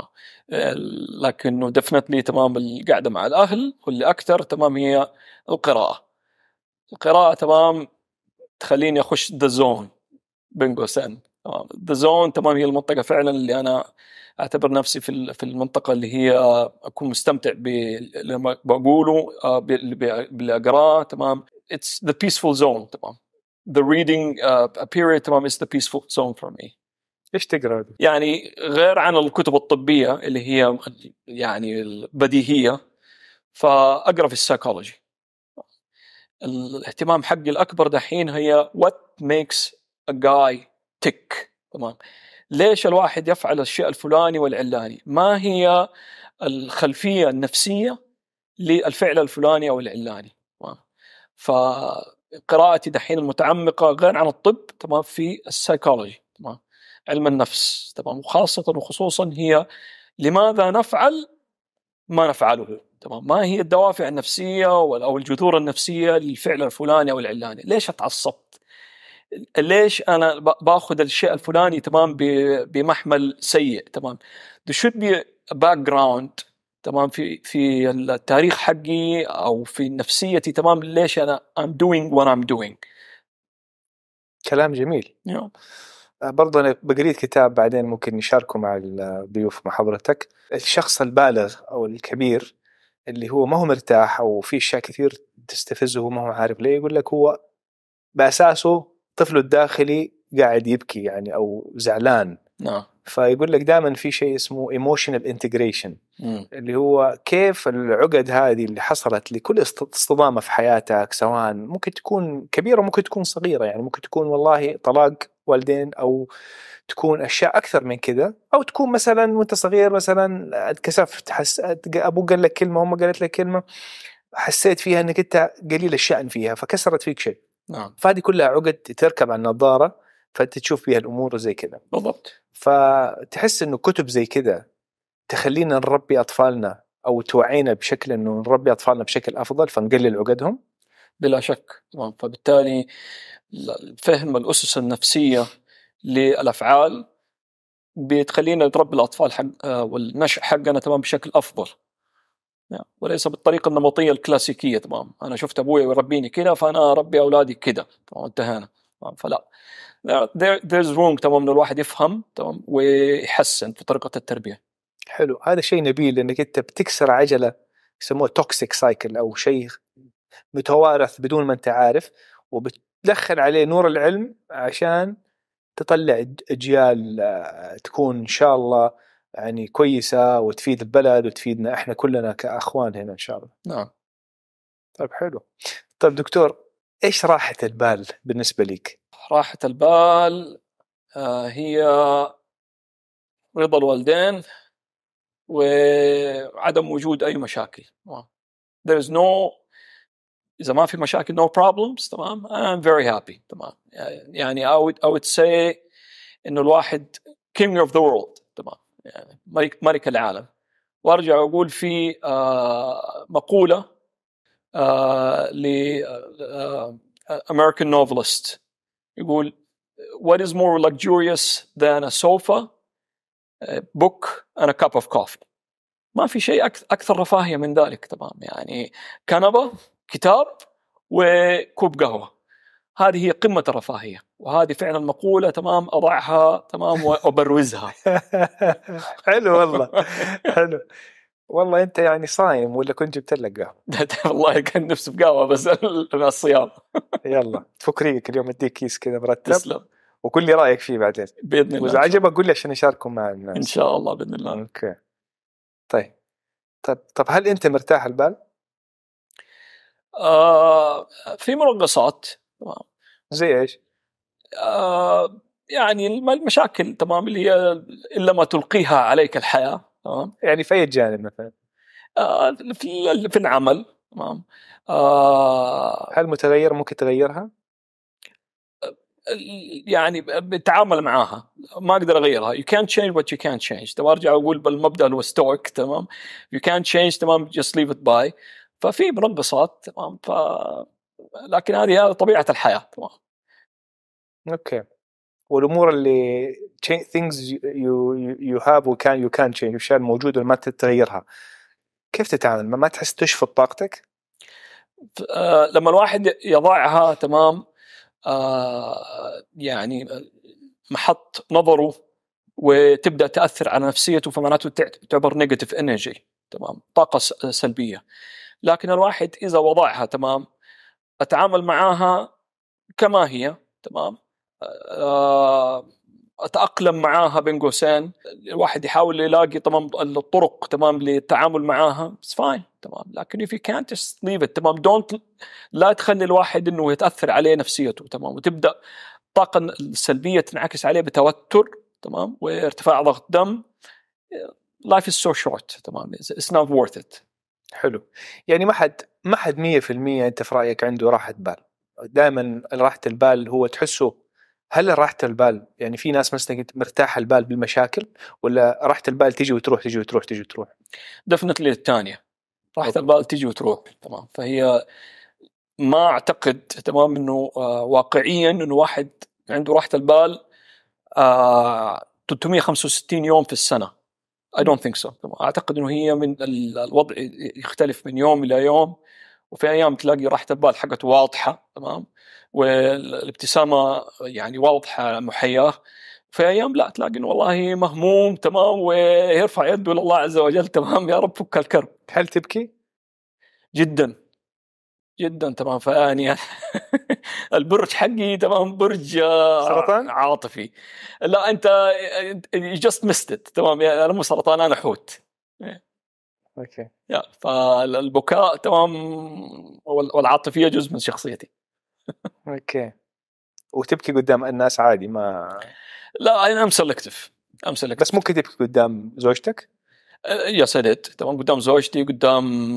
لكنه definitely تمام القعدة مع الأهل واللي أكثر تمام هي القراءة. القراءة تمام تخليني أخش the zone بين قوسين. تمام the zone تمام هي المنطقة فعلا اللي أنا أعتبر نفسي في في المنطقة اللي هي أكون مستمتع باللي بقوله باللي أقراه. تمام it's the peaceful zone. تمام the reading uh, a period تمام is the peaceful zone for me. إيش تقرأ؟ يعني غير عن الكتب الطبية اللي هي يعني البديهية، فأقرأ في السايكولوجي. الاهتمام حقي الأكبر دحين هي what makes a guy tick. تمام ليش الواحد يفعل الشيء الفلاني والعلاني؟ ما هي الخلفية النفسية للفعل الفلاني أو العلاني؟ تمام فقراءتي دحين المتعمقة غير عن الطب تمام في السايكولوجي، تمام علم النفس، تمام وخاصة وخصوصا هي لماذا نفعل ما نفعله. تمام ما هي الدوافع النفسية أو الجذور النفسية للفعل الفلاني أو العلاني؟ ليش اتعصبت؟ ليش أنا باخذ الشيء الفلاني تمام بمحمل سيء؟ تمام there should be a background تمام في في التاريخ حقي أو في نفسيتي. تمام ليش أنا I'm doing what I'm doing. كلام جميل. yeah. برضه أنا بقريت كتاب بعدين ممكن نشاركه مع الضيوف مع حضرتك. الشخص البالغ أو الكبير اللي هو ما هو مرتاح أو في أشياء كثير تستفزه وما هو عارف ليه، يقول لك هو بأساسه طفله الداخلي قاعد يبكي يعني أو زعلان. نعم. فيقول لك دائما في شيء اسمه emotional integration م. اللي هو كيف العقد هذه اللي حصلت لكل اصطدامة في حياتك سواء ممكن تكون كبيرة ممكن تكون صغيرة، يعني ممكن تكون والله طلاق والدين أو تكون أشياء أكثر من كذا، أو تكون مثلا وأنت صغير مثلا اتكسفت حس أبوك قال لك كلمة وما قالت لك كلمة حسيت فيها أنك أنت قليل الشأن فيها فكسرت فيك شيء. نعم. فهذه كلها عقد تركب على النظارة فأنت تشوف بها الأمور زي كذا. بالضبط. فتحس إنه كتب زي كذا تخلينا نربي أطفالنا أو توعينا بشكل إنه نربي أطفالنا بشكل أفضل فنقلل عقدهم. بلا شك. فبالتالي فهم الأسس النفسية للأفعال بتخلينا نربي الأطفال حق والنشء حقنا تمام بشكل أفضل، وليس بالطريقة النمطية الكلاسيكية. تمام أنا شفت أبوي يربيني كده فأنا أربي أولادي كده، تمام انتهينا. فلا there, there's room تمام إنه الواحد يفهم تمام ويحسن في طريقة التربية. حلو، هذا شيء نبيل لأنك أنت بتكسر عجلة يسموه توكسيك سايكل أو شيء متوارث بدون ما أنت عارف، وبتدخل عليه نور العلم عشان تطلع أجيال تكون إن شاء الله يعني كويسة وتفيد البلد وتفيدنا إحنا كلنا كأخوان هنا إن شاء الله. نعم. طيب حلو. طيب دكتور إيش راحة البال بالنسبة لك؟ راحة البال آه هي رضا الوالدين وعدم وجود أي مشاكل. there is no إذا ما في مشاكل no problems تمام I'm very happy. تمام يعني I would, I would say إنه الواحد king of the world. تمام يعني ملك ملك العالم. وأرجع أقول في آه مقولة آه ل آه American novelist يقول what is more luxurious than a sofa, a book and a cup of coffee. ما في شيء أكثر رفاهية من ذلك. تمام يعني كنبة كتاب وكوب قهوة. هذه هي قمة الرفاهية، وهذه فعلا مقولة تمام أضعها تمام وأبروزها. حلو والله. حلو والله. أنت يعني صايم ولا كنت جبت لك قهوة؟ والله كان نفسي بقهوة بس الصيام. يلا تفكريك اليوم أديك كيس كذا مرتب. تسلم. وقول لي رأيك فيه بعدين بإذن الله. وإذا عجبك قول لي عشان نشاركه مع الناس. إن شاء الله بإذن الله. أوكي. طيب طب طب هل أنت مرتاح البال؟ آه في منغصات تمام. زي إيش؟ آه يعني المشاكل تمام اللي هي إلا ما تلقيها عليك الحياة تمام. يعني في أي جانب مثلا؟ آه في في العمل تمام. آه هل متغير ممكن تغيرها؟ يعني بتعامل معاها ما أقدر أغيرها. you can't change what you can't change. تبغى أرجع أقول بالمبدأ اللي هو ستويك تمام. you can't change تمام just leave it by. ففي منغصات تمام. ف لكن هذه طبيعة الحياة تمام. أوكي. والأمور اللي things you you have و can you can change الأشياء الموجودة اللي ما تتغيرها كيف تتعامل؟ ما تحس تشفط طاقتك؟ آه لما الواحد يضعها تمام آه يعني محط نظره وتبدأ تأثر على نفسيته فمعناته تعتبر نيجاتيف انرجي تمام. طاقة سلبية. لكن الواحد إذا وضعها تمام أتعامل معاها كما هي تمام. آه أتأقلم معاها بين قوسين. الواحد يحاول يلاقي تمام الطرق تمام للتعامل معاها it's fine تمام. لكن if you can't just leave it تمام don't لا تخلي الواحد إنه يتأثر عليه نفسيته تمام. وتبدأ الطاقة السلبية تنعكس عليه بتوتر تمام وارتفاع ضغط دم. life is so short تمام. it's not worth it. حلو. يعني ما حد ما حد مية في المية أنت في رأيك عنده راحة بال. دائما راحة البال هو تحسه. هل راحة البال يعني في ناس مثلا مرتاح البال بالمشاكل ولا راحة البال تيجي وتروح تيجي وتروح تيجي وتروح؟ definitely الثانية. راحة البال تيجي وتروح تمام. فهي ما أعتقد تمام إنه آه واقعيا إنه واحد عنده راحة البال آه ثلاثمية وخمسة وستين يوم في السنة. I don't think so. أعتقد إنه هي من الوضع يختلف من يوم إلى يوم. وفي أيام تلاقي راحة البال حقته واضحة تمام والابتسامة يعني واضحة محياه. في أيام لا تلاقي إنه والله مهموم تمام ويرفع يده لله عز وجل تمام يا رب فك الكرب. هل تبكي؟ جدا جدا تمام. فاني البرج حقي تمام برج سرطان عاطفي. لا انت you just missed it تمام. انا مو سرطان انا حوت. اوكي. يا فالبكاء تمام والعاطفيه جزء من شخصيتي. اوكي. وتبكي قدام الناس عادي ما؟ لا انا ام سلكتيف ام سلكتيف. بس ممكن تبكي قدام زوجتك؟ يا سيدت تمام قدام زوجتي قدام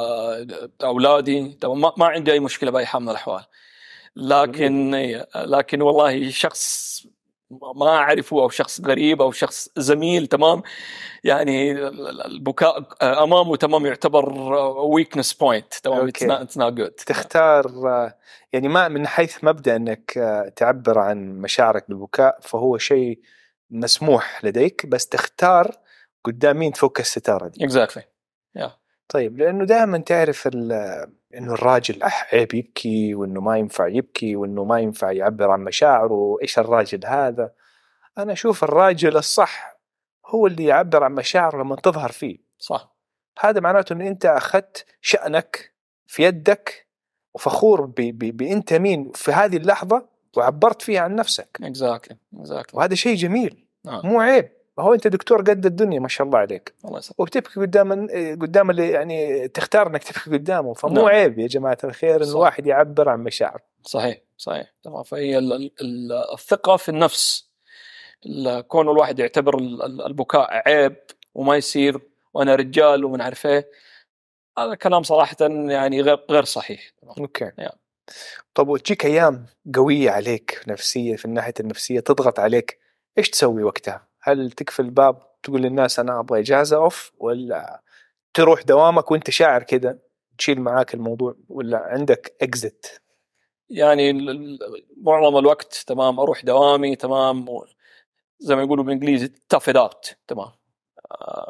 اولادي تمام ما, ما عندي اي مشكله باي حال من الاحوال. لكن لكن والله شخص ما أعرفه أو شخص غريب أو شخص زميل تمام يعني البكاء أمامه تمام يعتبر weakness point تمام. it's not, it's not good. تختار يعني ما من حيث مبدأ أنك تعبر عن مشاعرك بالبكاء فهو شيء مسموح لديك بس تختار قدام مين تفك الستارة دي. exactly. yeah. طيب لأنه دائما تعرف إنه الراجل أح عيب يبكي وإنه ما ينفع يبكي وإنه ما ينفع يعبر عن مشاعره. إيش الراجل هذا؟ أنا أشوف الراجل الصح هو اللي يعبر عن مشاعره لما تظهر فيه. صح. هذا معناته إن أنت أخذت شأنك في يدك وفخور بأنت مين في هذه اللحظة وعبرت فيها عن نفسك. exactly. exactly. وهذا شيء جميل. آه. مو عيب. هو أنت دكتور قد الدنيا ما شاء الله عليك. الله يسلمك. وبتبكي قدام قدام اللي يعني تختار إنك تبكي قدامه فمو نعم. عيب يا جماعة الخير إن الواحد يعبر عن مشاعره. صحيح صحيح تمام. فهي الثقة في النفس. كون الواحد يعتبر البكاء عيب وما يصير وأنا رجال ومن عارفه هذا كلام صراحة يعني غير غير صحيح. أوكي. يعني. طب وتجيك أيام قوية عليك نفسية في الناحية النفسية تضغط عليك إيش تسوي وقتها؟ هل تقفل الباب تقول للناس أنا أبغى إجازة أوف ولا تروح دوامك وأنت شاعر كده تشيل معاك الموضوع ولا عندك إكزيت؟ يعني معظم الوقت تمام أروح دوامي تمام زي ما يقولوا بالإنجليزي tough it out تمام.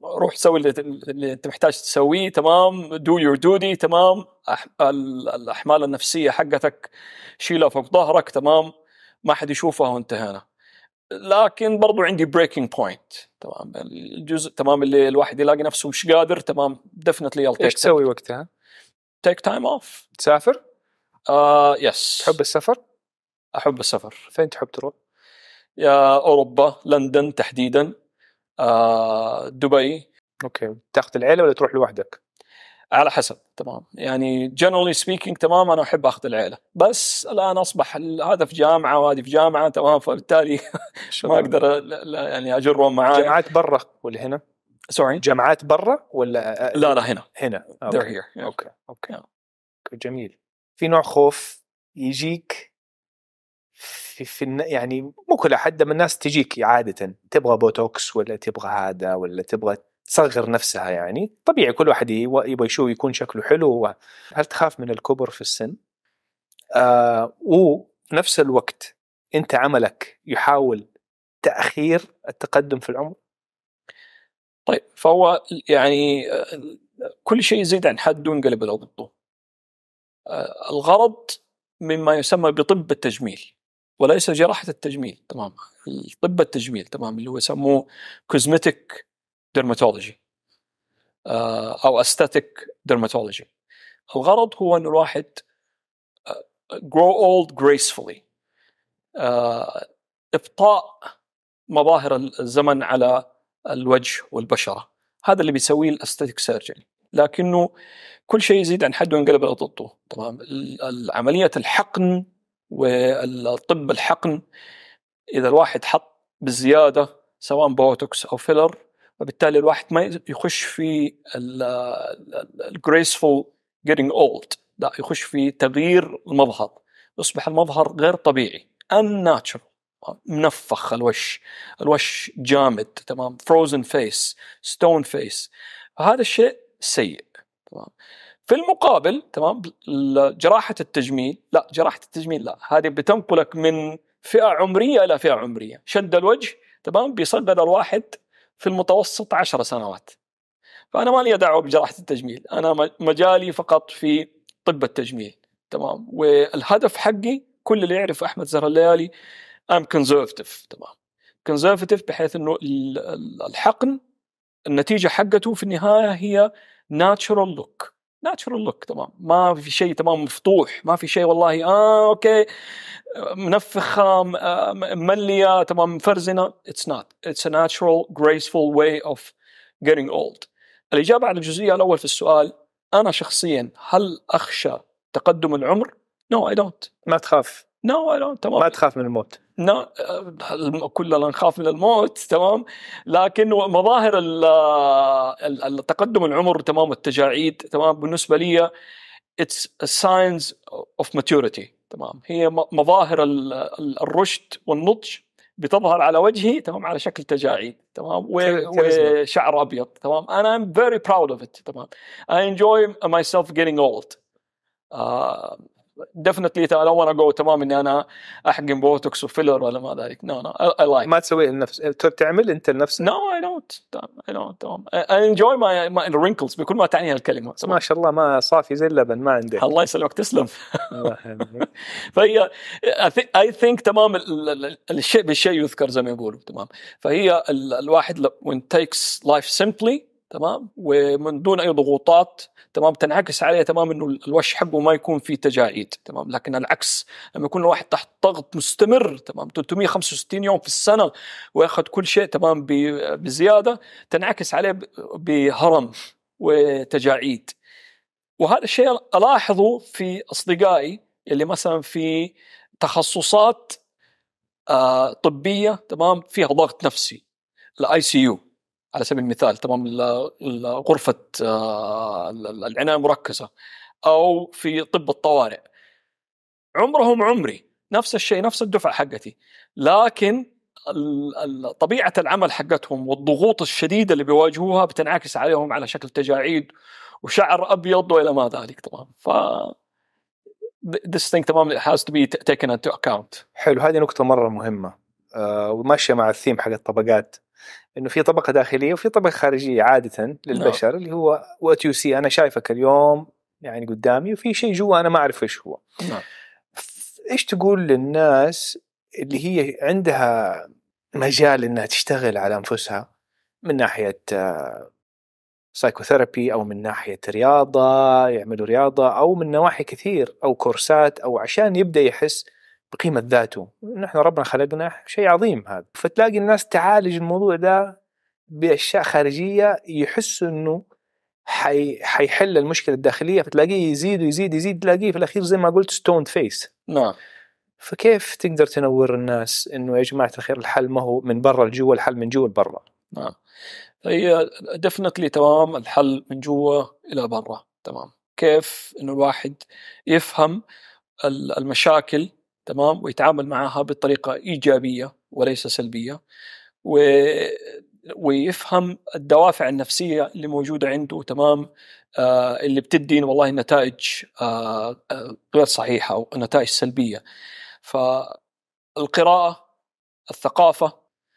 روح سوي اللي, اللي انت محتاج تسويه، تمام، do your duty، تمام، أح... الاحمال النفسيه حقتك شيلها فوق ظهرك، تمام، ما حد يشوفها وانتهينا. لكن برضو عندي breaking point، تمام، الجزء تمام اللي الواحد يلاقي نفسه مش قادر، تمام، definitely ايش تسوي وقتها؟ take time off. تسافر؟ آه uh, yes. تحب السفر؟ احب السفر. فين تحب تروح؟ يا اوروبا، لندن تحديدا، آه دبي. اوكي. تاخذ العيله ولا تروح لوحدك؟ على حسب، تمام، يعني generally speaking، تمام، أنا أحب أخذ العيلة، بس الآن أصبح هذا في جامعة وهذه في جامعة، تمام، فبالتالي ما أقدر لا يعني أجرهم معاي. جامعات برا ولا هنا؟ sorry، جامعات برا ولا؟ لا لا هنا هنا. they're here. yeah. أوكي أوكي yeah. جميل. في نوع خوف يجيك في, في يعني مو كل أحد من الناس تجيك عادة، تبغى بوتوكس ولا تبغى هذا ولا تبغى تصغر نفسها، يعني طبيعي كل واحد يبغى يشوف يكون شكله حلو. هل تخاف من الكبر في السن؟ آه وفي نفس الوقت أنت عملك يحاول تأخير التقدم في العمر؟ طيب، فهو يعني كل شيء يزيد عن حده ينقلب إلى ضده. الغرض مما يسمى بطب التجميل وليس جراحة التجميل، تمام، طب التجميل، تمام، اللي هو يسموه cosmetic dermatology أو aesthetic dermatology. الغرض هو أن الواحد grow old gracefully، إبطاء مظاهر الزمن على الوجه والبشرة. هذا اللي بيسويه الاستاتيك سيرجري، لكنه كل شيء يزيد عن حده ينقلب إلى ضده. تمام، العملية الحقن والطب الحقن، إذا الواحد حط بزيادة سواء بوتوكس أو فيلر، وبالتالي الواحد ما يخش في الجريسفul getting old، لا، يخش في تغيير المظهر، يصبح المظهر غير طبيعي unnatural، منفخ الوش، الوش جامد، تمام، frozen face، stone face. هذا الشيء سيء. تمام. في المقابل، تمام، جراحة التجميل لا، جراحة التجميل لا، هذه بتنقلك من فئة عمرية إلى فئة عمرية. شد الوجه، تمام، بيصغر الواحد في المتوسط عشر سنوات. فأنا ما لي دعوة بجراحة التجميل، أنا مجالي فقط في طب التجميل، تمام، والهدف حقي كل اللي يعرف أحمد زهر الليالي I'm conservative، تمام، conservative بحيث إنه الحقن النتيجة حقته في النهاية هي natural look، natural look، تمام، ما في شيء، تمام، مفتوح، ما في شيء والله آه أوكي منفخة ملية، تمام، مفرزنة. it's not it's a natural graceful way of getting old. الإجابة على الجزئية الأول في السؤال، أنا شخصيا هل أخشى تقدم العمر؟ no I don't. ما تخاف؟ no I don't. تمام. ما تخاف من الموت؟ no. كلنا نخاف من الموت، تمام، لكن مظاهر التقدم العمر، تمام، التجاعيد، تمام، بالنسبة لي it's a signs of maturity، تمام، هي مظاهر الرشد والنضج بتظهر على وجهي، تمام، على شكل تجاعيد، تمام، وشعر أبيض، تمام. أنا I'm very proud of it، تمام. I enjoy myself getting old. uh, definitely I don't want to go، تمام، إني أنا أحقن بوتوكس وفيلر ولا ما ذلك. no no I, I like. ما تسوي لنفس تعمل أنت لنفسك؟ no I don't I don't تمام. I enjoy my my wrinkles بكل ما تعنيها الكلمة. ما شاء الله ما صافي زي اللبن ما عندك. الله يسلمك، تسلم. فهي I think, I think تمام، الشيء بالشيء يذكر زي ما يقولوا، تمام. فهي الواحد when takes life simply، تمام، ومن دون أي ضغوطات، تمام، تنعكس عليه، تمام، إنه الوش حقه ما يكون فيه تجاعيد، تمام. لكن العكس، لما يكون الواحد تحت ضغط مستمر، تمام، ثلاثمية وخمسة وستين يوم في السنة ويأخذ كل شيء، تمام، بزيادة، تنعكس عليه بهرم وتجاعيد. وهذا الشيء ألاحظه في أصدقائي اللي مثلا في تخصصات آه طبية، تمام، فيها ضغط نفسي، الآي سي يو على سبيل المثال، تمام، غرفة آه العناية المركزة، أو في طب الطوارئ. عمرهم عمري، نفس الشيء، نفس الدفعة حقتي، لكن طبيعة العمل حقتهم والضغوط الشديدة اللي بيواجهوها بتنعكس عليهم على شكل تجاعيد وشعر أبيض وإلى ما ذلك، تمام. ف this thing، تمام، it has to be taken into account. حلو، هذه نقطة مرة مهمة. آه وماشيه مع الثيم حق الطبقات، انه في طبقه داخليه وفي طبقه خارجيه عاده للبشر. نعم. اللي هو وات يو سي، انا شايفك اليوم يعني قدامي، وفي شيء جوا انا ما اعرف ايش هو. نعم. ايش تقول للناس اللي هي عندها مجال انها تشتغل على انفسها من ناحيه سايكوثيرابي او من ناحيه رياضه، يعملوا رياضه، او من نواحي كثير، او كورسات، او عشان يبدا يحس بقيمه ذاته؟ نحن ربنا خلقنا شيء عظيم هذا، فتلاقي الناس تعالج الموضوع ده باشياء خارجيه، يحسوا انه حي حيحل المشكله الداخليه، فتلاقيه يزيد ويزيد يزيد، تلاقيه في الاخير زي ما قلت ستون فيس. نعم. فكيف تقدر تنور الناس انه يا جماعه الخير الحل ما هو من برا لجوا، الحل من جوا لبرا؟ نعم. هي ديفنتلي تمام، الحل من جوا الى برا. تمام. كيف انه الواحد يفهم المشاكل، تمام، ويتعامل معها بطريقه ايجابيه وليس سلبيه، و ويفهم الدوافع النفسيه اللي موجوده عنده، تمام، آه اللي بتدين والله نتائج آه آه غير صحيحه او نتائج سلبيه. فالقراءه، الثقافه،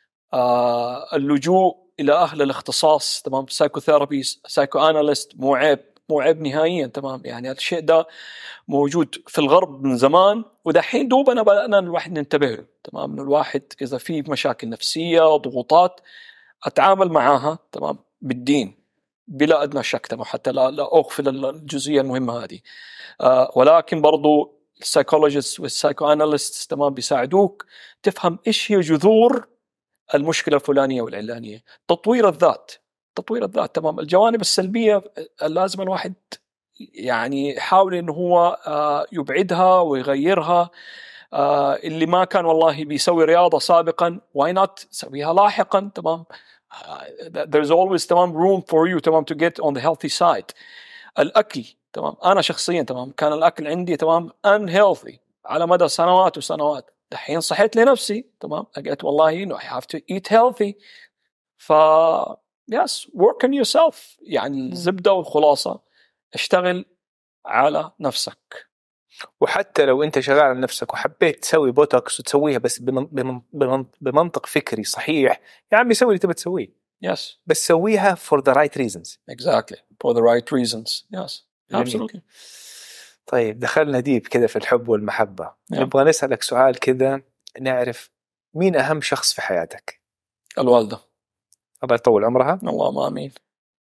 آه اللجوء الى اهل الاختصاص، تمام، سايكوثيرابي، سايكو اناليست، مو عيب، مو عيب نهائيا. تمام. يعني الشيء ده موجود في الغرب من زمان، ودحين دوبنا بدأنا الواحد ننتبه له. تمام. الواحد اذا في مشاكل نفسيه، ضغوطات، اتعامل معها، تمام، بالدين بلا ادنى شك. تمام. حتى لا, لا اغفل الجزئيه المهمه هذه. آه ولكن برضو السايكولوجيست والسايكو اناليست، تمام، بيساعدوك تفهم ايش هي جذور المشكله الفلانيه والعلانيه. تطوير الذات، تطوير الذات، تمام. الجوانب السلبيه لازم الواحد يعني يحاول انه هو يبعدها ويغيرها. اللي ما كان والله بيسوي رياضه سابقا، why not سويها لاحقا. تمام. there's always تمام room for you تمام to get on the healthy side. الاكل، تمام، انا شخصيا تمام كان الاكل عندي تمام unhealthy على مدى سنوات وسنوات. الحين صحيت لنفسي، تمام، لقيت والله انه I have to eat healthy. ف yes work on yourself. يعني الزبده والخلاصه، اشتغل على نفسك. وحتى لو انت شغال على نفسك وحبيت تسوي بوتوكس وتسويها بس بمن... بمن... بمنطق فكري صحيح، يا عمي سوي اللي تبي تسويه. yes. بس سويها for the right reasons. exactly for the right reasons. yes. absolutely. طيب دخلنا ديب كده في الحب والمحبة. yeah. نبغى نسألك سؤال كده، نعرف مين أهم شخص في حياتك؟ الوالدة. الله يطول عمرها. اللهم آمين.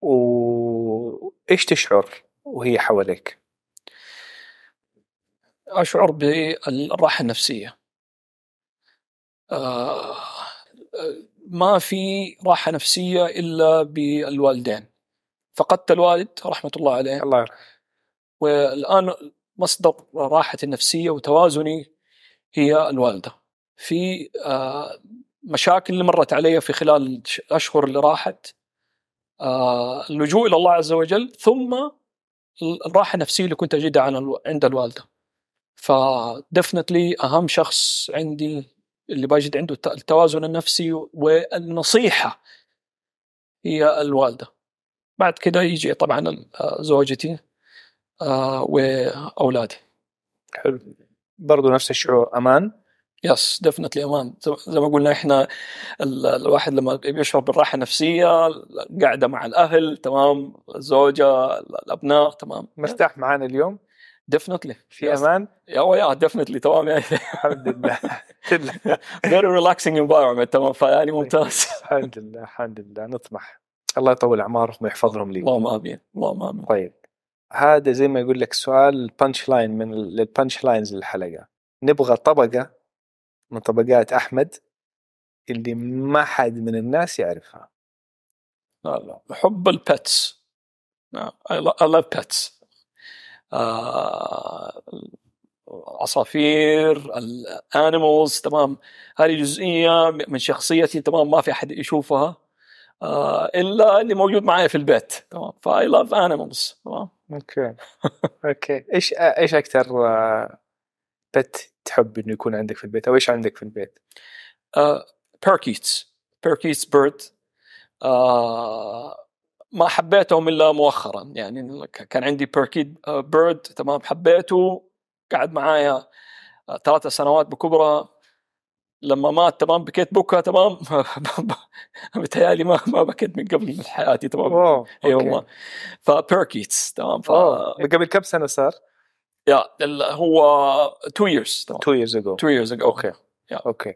وإيش تشعر وهي حواليك؟ أشعر بالراحة النفسية. آه ما في راحة نفسية إلا بالوالدين. فقدت الوالد رحمة الله عليه، الله يرحمه، والآن مصدر راحة النفسية وتوازني هي الوالدة. في آه مشاكل اللي مرت علي في خلال الأشهر اللي راحت، آه اللجوء إلى الله عز وجل، ثم الراحة النفسية اللي كنت أجدها عند الوالدة. فدفنتلي أهم شخص عندي اللي بجد عنده التوازن النفسي والنصيحة هي الوالدة. بعد كده يجي طبعا زوجتي آه وأولادي. حلو. برضو نفس الشعور، أمان. يس دفنتلي أمان. زي ما قلنا إحنا الواحد لما بيشعر بالراحة النفسية، قاعدة مع الأهل، تمام، الزوجة، الأبناء، تمام، مرتاح معانا اليوم. definitely في أمان. يا يا definitely تمام يعني. الحمد لله. very relaxing environment. تمام. فيعني ممتاز. الحمد لله الحمد لله. نطمح الله يطول أعمارهم ويحفظهم لي. اللهم آمين. اللهم آمين. طيب هذا زي ما يقول لك سؤال بانش لاين من البانش لاينز للحلقة. نبغى طبقة من طبقات أحمد اللي ما حد من الناس يعرفها. لا لا حب البيتس. I love pets. آه عصافير، الانيمالز، تمام. هذه جزئية من شخصيتي، تمام، ما في أحد يشوفها آه إلا اللي موجود معي في البيت. تمام. فا I love animals. تمام. أوكي. أوكي. إيش إيش أكثر بت تحب إنه يكون عندك في البيت، أو إيش عندك في البيت؟ آه بيركيتس. بيركيتس بيرد. آه ما حبيتهم إلا مؤخرا. يعني كان عندي بيركيت بيرد، تمام، حبيته، قعد معايا ثلاثة سنوات بكبرى. لما مات تمام بكيت بكى تمام. بتهيألي ما ما بكيت من قبل حياتي تمام. اي والله. فبيركيتس تمام. ف من قبل كم سنة صار؟ يا هو two years تمام. two years ago. two years ago. اوكي. اوكي.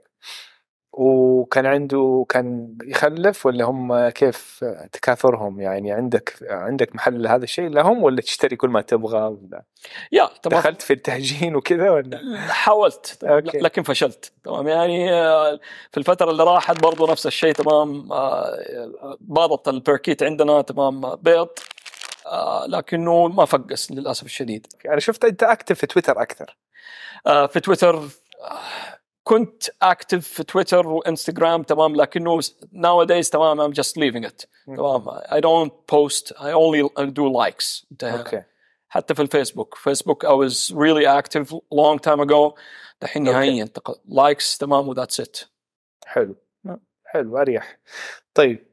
وكان عنده كان يخلف ولا هم كيف تكاثرهم يعني؟ عندك عندك محل هذا الشيء لهم ولا تشتري كل ما تبغى ولا؟ يا تمام. دخلت في التهجين وكذا ولا؟ حاولت لكن فشلت تمام. يعني في الفترة اللي راحت برضو نفس الشيء تمام. باضت البيركيت عندنا تمام بيض لكنه ما فقس للأسف الشديد. أنا شفت أنت أكتف في تويتر أكثر. في تويتر كنت أكتف في تويتر وإنستغرام تمام لكنه nowadays تمام I'm just leaving it تمام. I don't post, I only do likes. okay. حتى في الفيسبوك فيسبوك I was really active long time ago. دحين نهائيا okay. likes تمام و that's it. حلو حلو أريح. طيب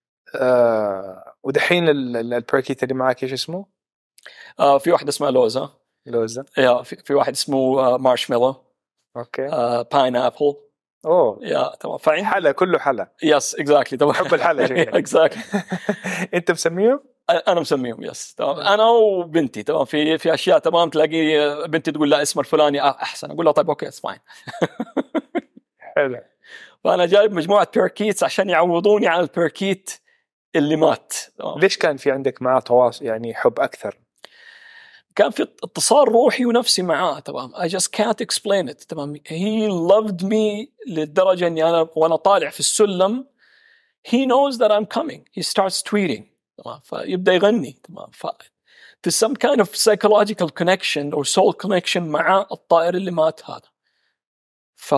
آه ودحين البركيت اللي معك إيش اسمه؟ آه في واحد اسمه لوزة. لوزة. يا في, في واحد اسمه مارشميلو. اوكي. باين ابل. اوه يا تمام. فعين حلا كله حلا. يس اكزاكتلي تمام. حب الحلا شكلك. اكزاكتلي. انت مسميهم؟ انا مسميهم يس تمام. انا وبنتي تمام. في في اشياء تمام تلاقي بنتي تقول لا اسم الفلاني احسن اقول لها طيب اوكي اتس فاين. حلو. فانا جايب مجموعه بيركيتس عشان يعوضوني عن البيركيت اللي مات. ليش كان في عندك معاه تواصل يعني حب اكثر؟ كان في اتصال روحي ونفسي معاه تمام. I just can't explain it تمام. he loved me للدرجة أني أنا وأنا طالع في السلم he knows that I'm coming. he starts tweeting تمام. فيبدأ يغني تمام. ف to some kind of psychological connection or soul connection مع الطائر اللي مات هذا. ف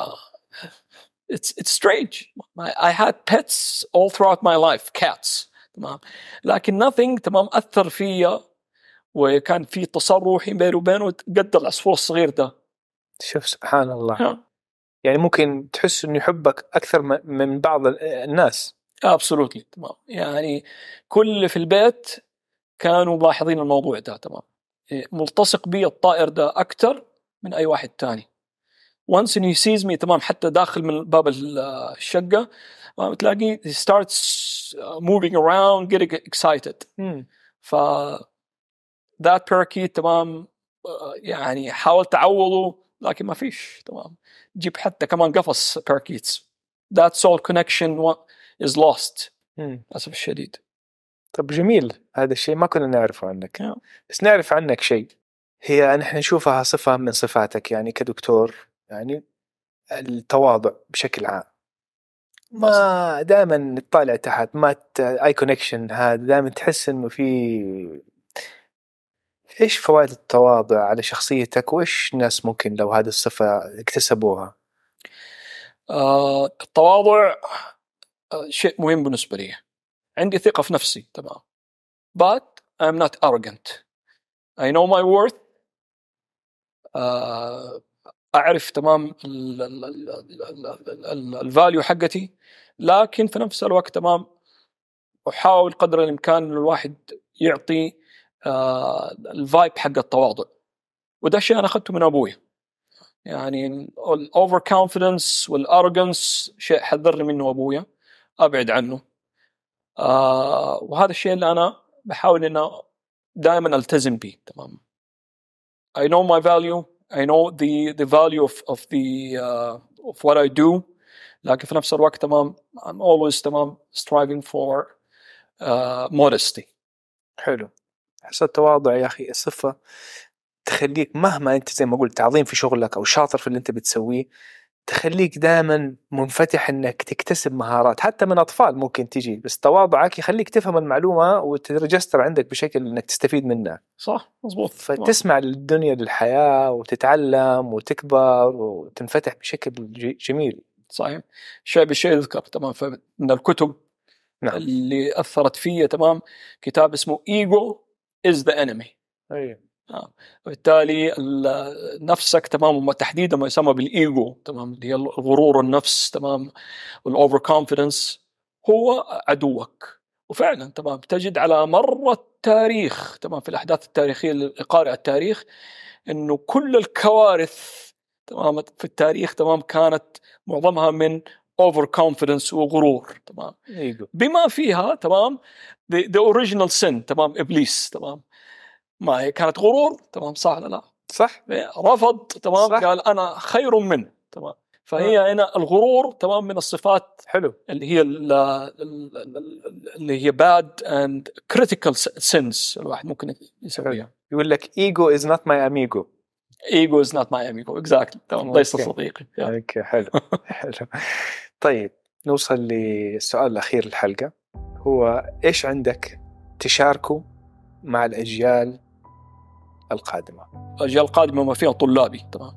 it's it's strange. I had pets all throughout my life cats تمام. لكن nothing تمام أثر فيا وكان في اتصال روحي بيني وبينه قد العصفور الصغير ده. شوف سبحان الله. ها. يعني ممكن تحس إنه يحبك أكثر من بعض الناس. absolutely تمام. يعني كل اللي في البيت كانوا ملاحظين الموضوع ده تمام. ملتصق بي الطائر ده أكثر من أي واحد تاني. once he sees me تمام حتى داخل من باب الشقة تلاقي he starts moving around getting excited. hmm. ف that parakeet تمام. يعني حاولت أعوضه لكن ما فيش تمام. جيب حتى كمان قفص parakeets. that soul connection is lost للأسف الشديد. طب جميل هذا الشيء ما كنا نعرفه عنك. yeah. بس نعرف عنك شيء هي نحن نشوفها صفة من صفاتك يعني كدكتور يعني التواضع بشكل عام. ما دائما نطالع تحت ما اي كونكشن هذا دائما تحس انه في ايش فوائد التواضع على شخصيتك وايش الناس ممكن لو هذه الصفة اكتسبوها؟ آه التواضع آه شيء مهم بالنسبة لي. عندي ثقة في نفسي تمام. but I'm not arrogant. I know my worth. آه أعرف تمام الفاليو حقتي لكن في نفس الوقت تمام أحاول قدر الإمكان الواحد يعطي آه الفايب حق التواضع. وده شيء أنا أخذته من أبوي. يعني الأوفر كونفيدنس والأرجنس شيء حذرني منه أبويا أبعد عنه. آه وهذا الشيء اللي أنا بحاول إنه دائما ألتزم به تمام. I know my value. I know the the value of of the uh, of what I do. لكن في نفس الوقت تمام I'm always تمام striving for uh, modesty. حلو. حس التواضع يا أخي صفة تخليك مهما أنت زي ما قلت عظيم في شغلك أو شاطر في اللي أنت بتسويه تخليك دائما منفتح إنك تكتسب مهارات حتى من أطفال ممكن تيجي. بس تواضعك يخليك تفهم المعلومة وترجستر عندك بشكل إنك تستفيد منها. صح مظبوط. فتسمع للدنيا للحياة وتتعلم وتكبر وتنفتح بشكل جميل. صحيح. شيء بالشيء يذكر تمام. فمن الكتب نعم. اللي أثرت فيا تمام كتاب اسمه Ego is the enemy. أيه. آه. وبالتالي نفسك تمام وتحديدا ما يسمى بالإيجو تمام اللي هي الغرور النفس تمام والأوفر كونفيدنس هو عدوك. وفعلا تمام تجد على مر التاريخ تمام في الأحداث التاريخية لقارئ التاريخ إنه كل الكوارث تمام في التاريخ تمام كانت معظمها من over confidence وغرور تمام إيجو. بما فيها تمام the, the original sin تمام إبليس تمام ما هي كانت غرور تمام صح ولا لا صح رفض تمام صح. قال أنا خير منه تمام فهي آه. هنا الغرور تمام من الصفات حلو اللي هي اللي هي bad and critical sins الواحد ممكن يسويها. يقول لك ego is not my amigo. ego is not my amigo exactly تمام ليس صديقي. اوكي حلو حلو. طيب نوصل للسؤال الأخير الحلقة، هو إيش عندك تشاركه مع الأجيال القادمة؟ الأجيال القادمة ما فيها طلابي تمام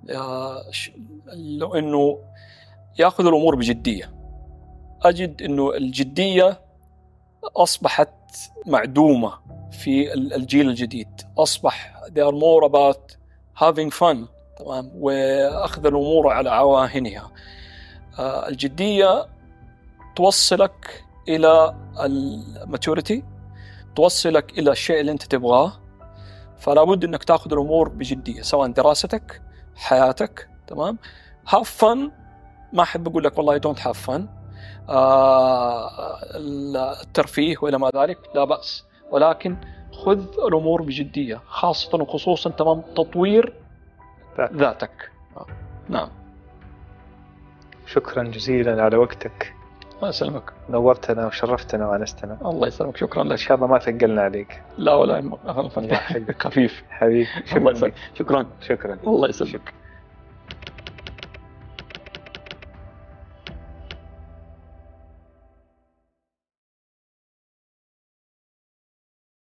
لو إنه يأخذ الأمور بجدية. أجد إنه الجدية أصبحت معدومة في الجيل الجديد، أصبح they are more about having fun تمام وأخذ الأمور على عواهنها. الجدية توصلك إلى الماتوريتي، توصلك إلى الشيء اللي أنت تبغاه، فلا بد إنك تأخذ الأمور بجدية سواء دراستك حياتك تمام. have fun ما أحب أقول لك والله don't have fun آه الترفيه وإلى ما ذلك لا بأس، ولكن خذ الأمور بجدية خاصة وخصوصا تمام تطوير ذاتك. نعم شكرا جزيلا على وقتك. الله يسلمك، نورتنا وشرفتنا وانستنا. الله يسلمك، شكرا لك. ان شاء الله ما ثقلنا عليك. لا ولا خفيف حبيبي شكرا شكرا شكرا الله يسلمك.